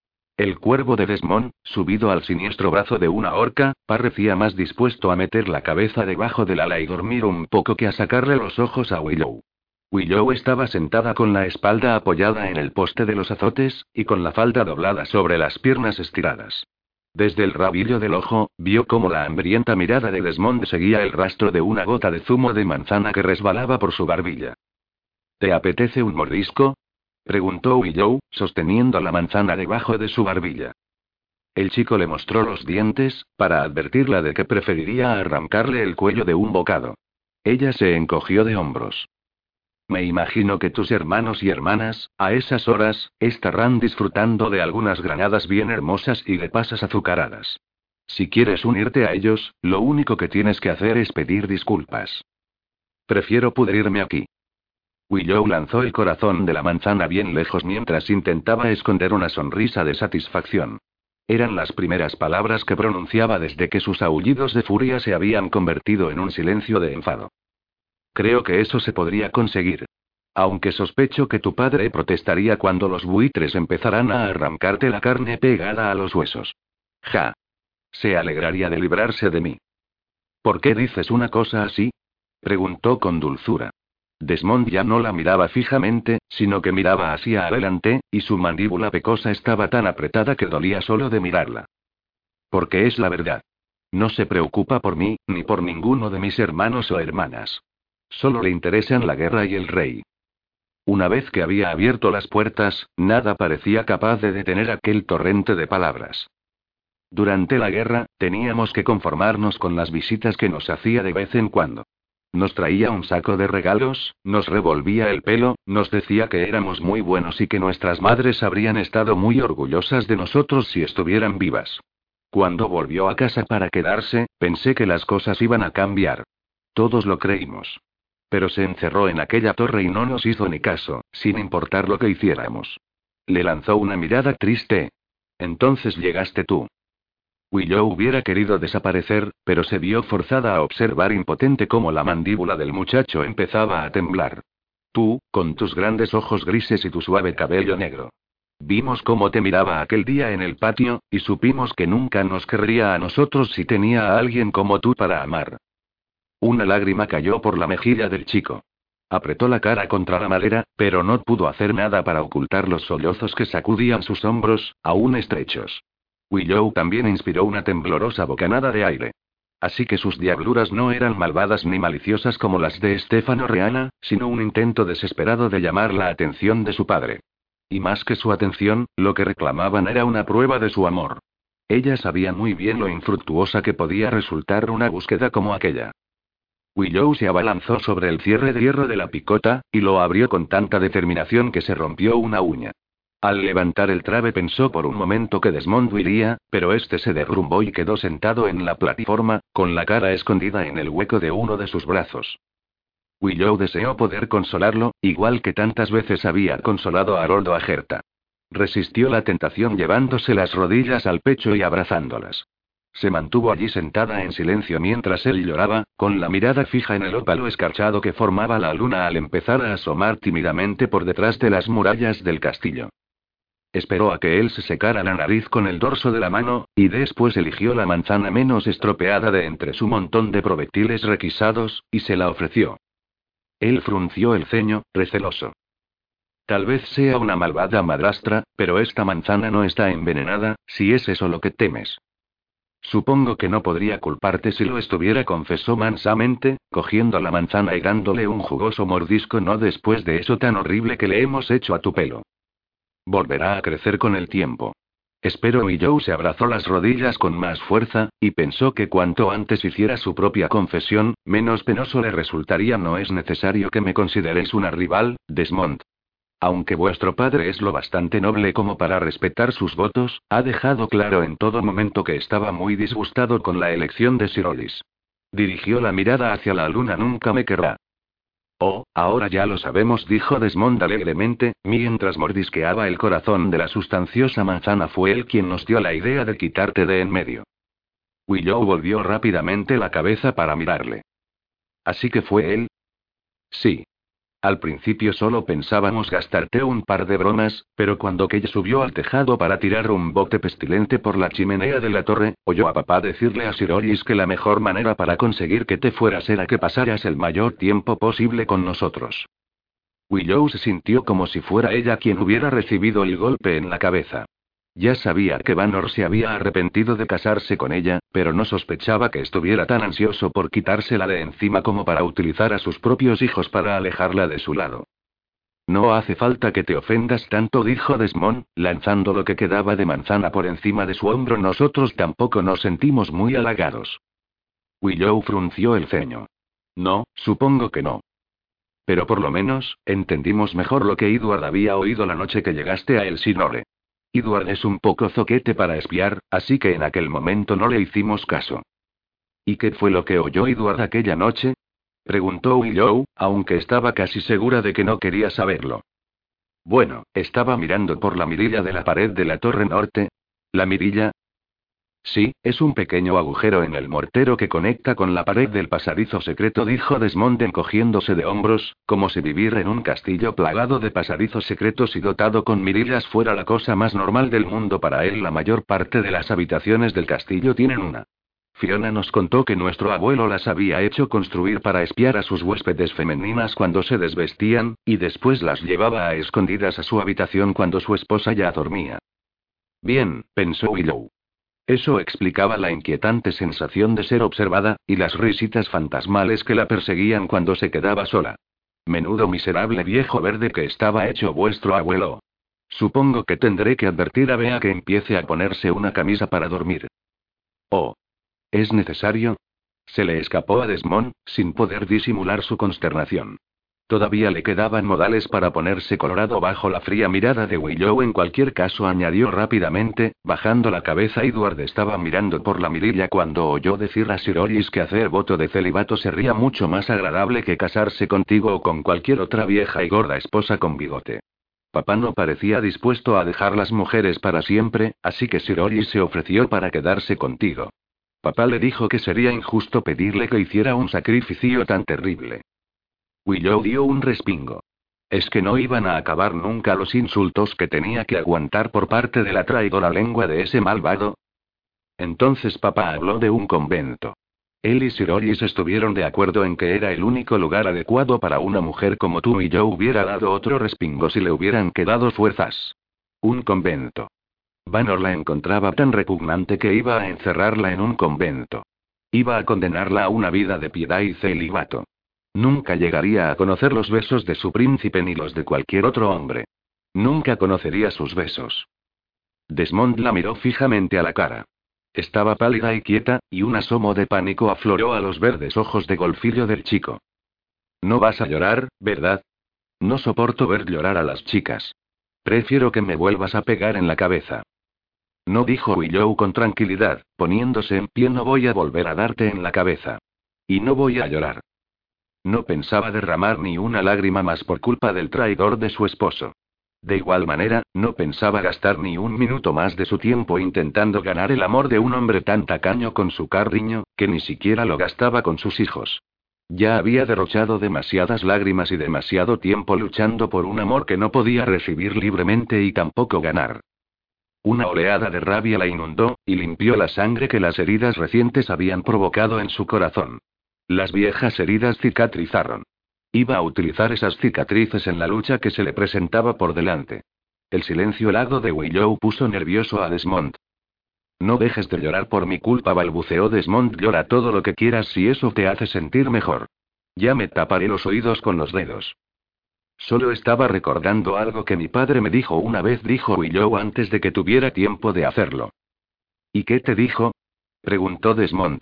El cuervo de Desmond, subido al siniestro brazo de una orca, parecía más dispuesto a meter la cabeza debajo del ala y dormir un poco que a sacarle los ojos a Willow. Willow estaba sentada con la espalda apoyada en el poste de los azotes, y con la falda doblada sobre las piernas estiradas. Desde el rabillo del ojo, vio cómo la hambrienta mirada de Desmond seguía el rastro de una gota de zumo de manzana que resbalaba por su barbilla. ¿Te apetece un mordisco?, preguntó Willow, sosteniendo la manzana debajo de su barbilla. El chico le mostró los dientes, para advertirla de que preferiría arrancarle el cuello de un bocado. Ella se encogió de hombros. Me imagino que tus hermanos y hermanas, a esas horas, estarán disfrutando de algunas granadas bien hermosas y de pasas azucaradas. Si quieres unirte a ellos, lo único que tienes que hacer es pedir disculpas. Prefiero pudrirme aquí. Willow lanzó el corazón de la manzana bien lejos mientras intentaba esconder una sonrisa de satisfacción. Eran las primeras palabras que pronunciaba desde que sus aullidos de furia se habían convertido en un silencio de enfado. Creo que eso se podría conseguir. Aunque sospecho que tu padre protestaría cuando los buitres empezarán a arrancarte la carne pegada a los huesos. Ja. Se alegraría de librarse de mí. ¿Por qué dices una cosa así?, preguntó con dulzura. Desmond ya no la miraba fijamente, sino que miraba hacia adelante, y su mandíbula pecosa estaba tan apretada que dolía solo de mirarla. Porque es la verdad. No se preocupa por mí, ni por ninguno de mis hermanos o hermanas. Solo le interesan la guerra y el rey. Una vez que había abierto las puertas, nada parecía capaz de detener aquel torrente de palabras. Durante la guerra, teníamos que conformarnos con las visitas que nos hacía de vez en cuando. Nos traía un saco de regalos, nos revolvía el pelo, nos decía que éramos muy buenos y que nuestras madres habrían estado muy orgullosas de nosotros si estuvieran vivas. Cuando volvió a casa para quedarse, pensé que las cosas iban a cambiar. Todos lo creímos. Pero se encerró en aquella torre y no nos hizo ni caso, sin importar lo que hiciéramos. Le lanzó una mirada triste. Entonces llegaste tú. Willow hubiera querido desaparecer, pero se vio forzada a observar impotente cómo la mandíbula del muchacho empezaba a temblar. Tú, con tus grandes ojos grises y tu suave cabello negro. Vimos cómo te miraba aquel día en el patio, y supimos que nunca nos querría a nosotros si tenía a alguien como tú para amar. Una lágrima cayó por la mejilla del chico. Apretó la cara contra la madera, pero no pudo hacer nada para ocultar los sollozos que sacudían sus hombros, aún estrechos. Willow también inspiró una temblorosa bocanada de aire. Así que sus diabluras no eran malvadas ni maliciosas como las de Stefano Reana, sino un intento desesperado de llamar la atención de su padre. Y más que su atención, lo que reclamaban era una prueba de su amor. Ella sabía muy bien lo infructuosa que podía resultar una búsqueda como aquella. Willow se abalanzó sobre el cierre de hierro de la picota, y lo abrió con tanta determinación que se rompió una uña. Al levantar el trabe pensó por un momento que Desmond huiría, pero este se derrumbó y quedó sentado en la plataforma, con la cara escondida en el hueco de uno de sus brazos. Willow deseó poder consolarlo, igual que tantas veces había consolado a Harold o a Gerta. Resistió la tentación llevándose las rodillas al pecho y abrazándolas. Se mantuvo allí sentada en silencio mientras él lloraba, con la mirada fija en el óvalo escarchado que formaba la luna al empezar a asomar tímidamente por detrás de las murallas del castillo. Esperó a que él se secara la nariz con el dorso de la mano, y después eligió la manzana menos estropeada de entre su montón de proyectiles requisados, y se la ofreció. Él frunció el ceño, receloso. Tal vez sea una malvada madrastra, pero esta manzana no está envenenada, si es eso lo que temes. Supongo que no podría culparte si lo estuviera, confesó mansamente, cogiendo la manzana y dándole un jugoso mordisco. No después de eso tan horrible que le hemos hecho a tu pelo. Volverá a crecer con el tiempo. Espero. Y Joe se abrazó las rodillas con más fuerza, y pensó que cuanto antes hiciera su propia confesión, menos penoso le resultaría. No es necesario que me consideréis una rival, Desmond. Aunque vuestro padre es lo bastante noble como para respetar sus votos, ha dejado claro en todo momento que estaba muy disgustado con la elección de Sir Olis. Dirigió la mirada hacia la luna. Nunca me querrá. Oh, ahora ya lo sabemos, dijo Desmond alegremente, mientras mordisqueaba el corazón de la sustanciosa manzana. Fue él quien nos dio la idea de quitarte de en medio. Willow volvió rápidamente la cabeza para mirarle. ¿Así que fue él? Sí. Al principio solo pensábamos gastarte un par de bromas, pero cuando Kay subió al tejado para tirar un bote pestilente por la chimenea de la torre, oyó a papá decirle a Sir Olis que la mejor manera para conseguir que te fueras era que pasaras el mayor tiempo posible con nosotros. Willow se sintió como si fuera ella quien hubiera recibido el golpe en la cabeza. Ya sabía que Vanor se había arrepentido de casarse con ella, pero no sospechaba que estuviera tan ansioso por quitársela de encima como para utilizar a sus propios hijos para alejarla de su lado. No hace falta que te ofendas tanto, dijo Desmond, lanzando lo que quedaba de manzana por encima de su hombro. Nosotros tampoco nos sentimos muy halagados. Willow frunció el ceño. No, supongo que no. Pero por lo menos, entendimos mejor lo que Edward había oído la noche que llegaste a Elsinore. Edward es un poco zoquete para espiar, así que en aquel momento no le hicimos caso. ¿Y qué fue lo que oyó Edward aquella noche? Preguntó Willow, aunque estaba casi segura de que no quería saberlo. Bueno, estaba mirando por la mirilla de la pared de la torre norte. ¿La mirilla? Sí, es un pequeño agujero en el mortero que conecta con la pared del pasadizo secreto, dijo Desmond encogiéndose de hombros, como si vivir en un castillo plagado de pasadizos secretos y dotado con mirillas fuera la cosa más normal del mundo para él. La mayor parte de las habitaciones del castillo tienen una. Fiona nos contó que nuestro abuelo las había hecho construir para espiar a sus huéspedes femeninas cuando se desvestían, y después las llevaba a escondidas a su habitación cuando su esposa ya dormía. Bien, pensó Willow. Eso explicaba la inquietante sensación de ser observada, y las risitas fantasmales que la perseguían cuando se quedaba sola. Menudo miserable viejo verde que estaba hecho vuestro abuelo. Supongo que tendré que advertir a Bea que empiece a ponerse una camisa para dormir. Oh. ¿Es necesario? Se le escapó a Desmond, sin poder disimular su consternación. Todavía le quedaban modales para ponerse colorado bajo la fría mirada de Willow. En cualquier caso, añadió rápidamente, bajando la cabeza. Edward estaba mirando por la mirilla cuando oyó decir a Sir Oris que hacer voto de celibato sería mucho más agradable que casarse contigo o con cualquier otra vieja y gorda esposa con bigote. Papá no parecía dispuesto a dejar las mujeres para siempre, así que Sir Oris se ofreció para quedarse contigo. Papá le dijo que sería injusto pedirle que hiciera un sacrificio tan terrible. Willow dio un respingo. ¿Es que no iban a acabar nunca los insultos que tenía que aguantar por parte de la traidora lengua de ese malvado? Entonces papá habló de un convento. Él y Sir Oris estuvieron de acuerdo en que era el único lugar adecuado para una mujer como tú, y yo hubiera dado otro respingo si le hubieran quedado fuerzas. Un convento. Vanor la encontraba tan repugnante que iba a encerrarla en un convento. Iba a condenarla a una vida de piedad y celibato. Nunca llegaría a conocer los besos de su príncipe ni los de cualquier otro hombre. Nunca conocería sus besos. Desmond la miró fijamente a la cara. Estaba pálida y quieta, y un asomo de pánico afloró a los verdes ojos de golfillo del chico. No vas a llorar, ¿verdad? No soporto ver llorar a las chicas. Prefiero que me vuelvas a pegar en la cabeza. No, dijo Willow con tranquilidad, poniéndose en pie. No voy a volver a darte en la cabeza. Y no voy a llorar. No pensaba derramar ni una lágrima más por culpa del traidor de su esposo. De igual manera, no pensaba gastar ni un minuto más de su tiempo intentando ganar el amor de un hombre tan tacaño con su cariño, que ni siquiera lo gastaba con sus hijos. Ya había derrochado demasiadas lágrimas y demasiado tiempo luchando por un amor que no podía recibir libremente y tampoco ganar. Una oleada de rabia la inundó, y limpió la sangre que las heridas recientes habían provocado en su corazón. Las viejas heridas cicatrizaron. Iba a utilizar esas cicatrices en la lucha que se le presentaba por delante. El silencio helado de Willow puso nervioso a Desmond. No dejes de llorar por mi culpa, balbuceó Desmond. Llora todo lo que quieras si eso te hace sentir mejor. Ya me taparé los oídos con los dedos. Solo estaba recordando algo que mi padre me dijo una vez, dijo Willow antes de que tuviera tiempo de hacerlo. ¿Y qué te dijo? Preguntó Desmond.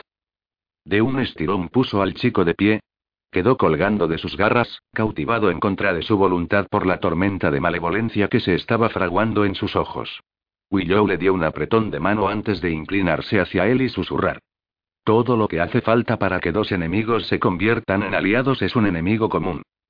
De un estirón puso al chico de pie. Quedó colgando de sus garras, cautivado en contra de su voluntad por la tormenta de malevolencia que se estaba fraguando en sus ojos. Willow le dio un apretón de mano antes de inclinarse hacia él y susurrar. Todo lo que hace falta para que dos enemigos se conviertan en aliados es un enemigo común.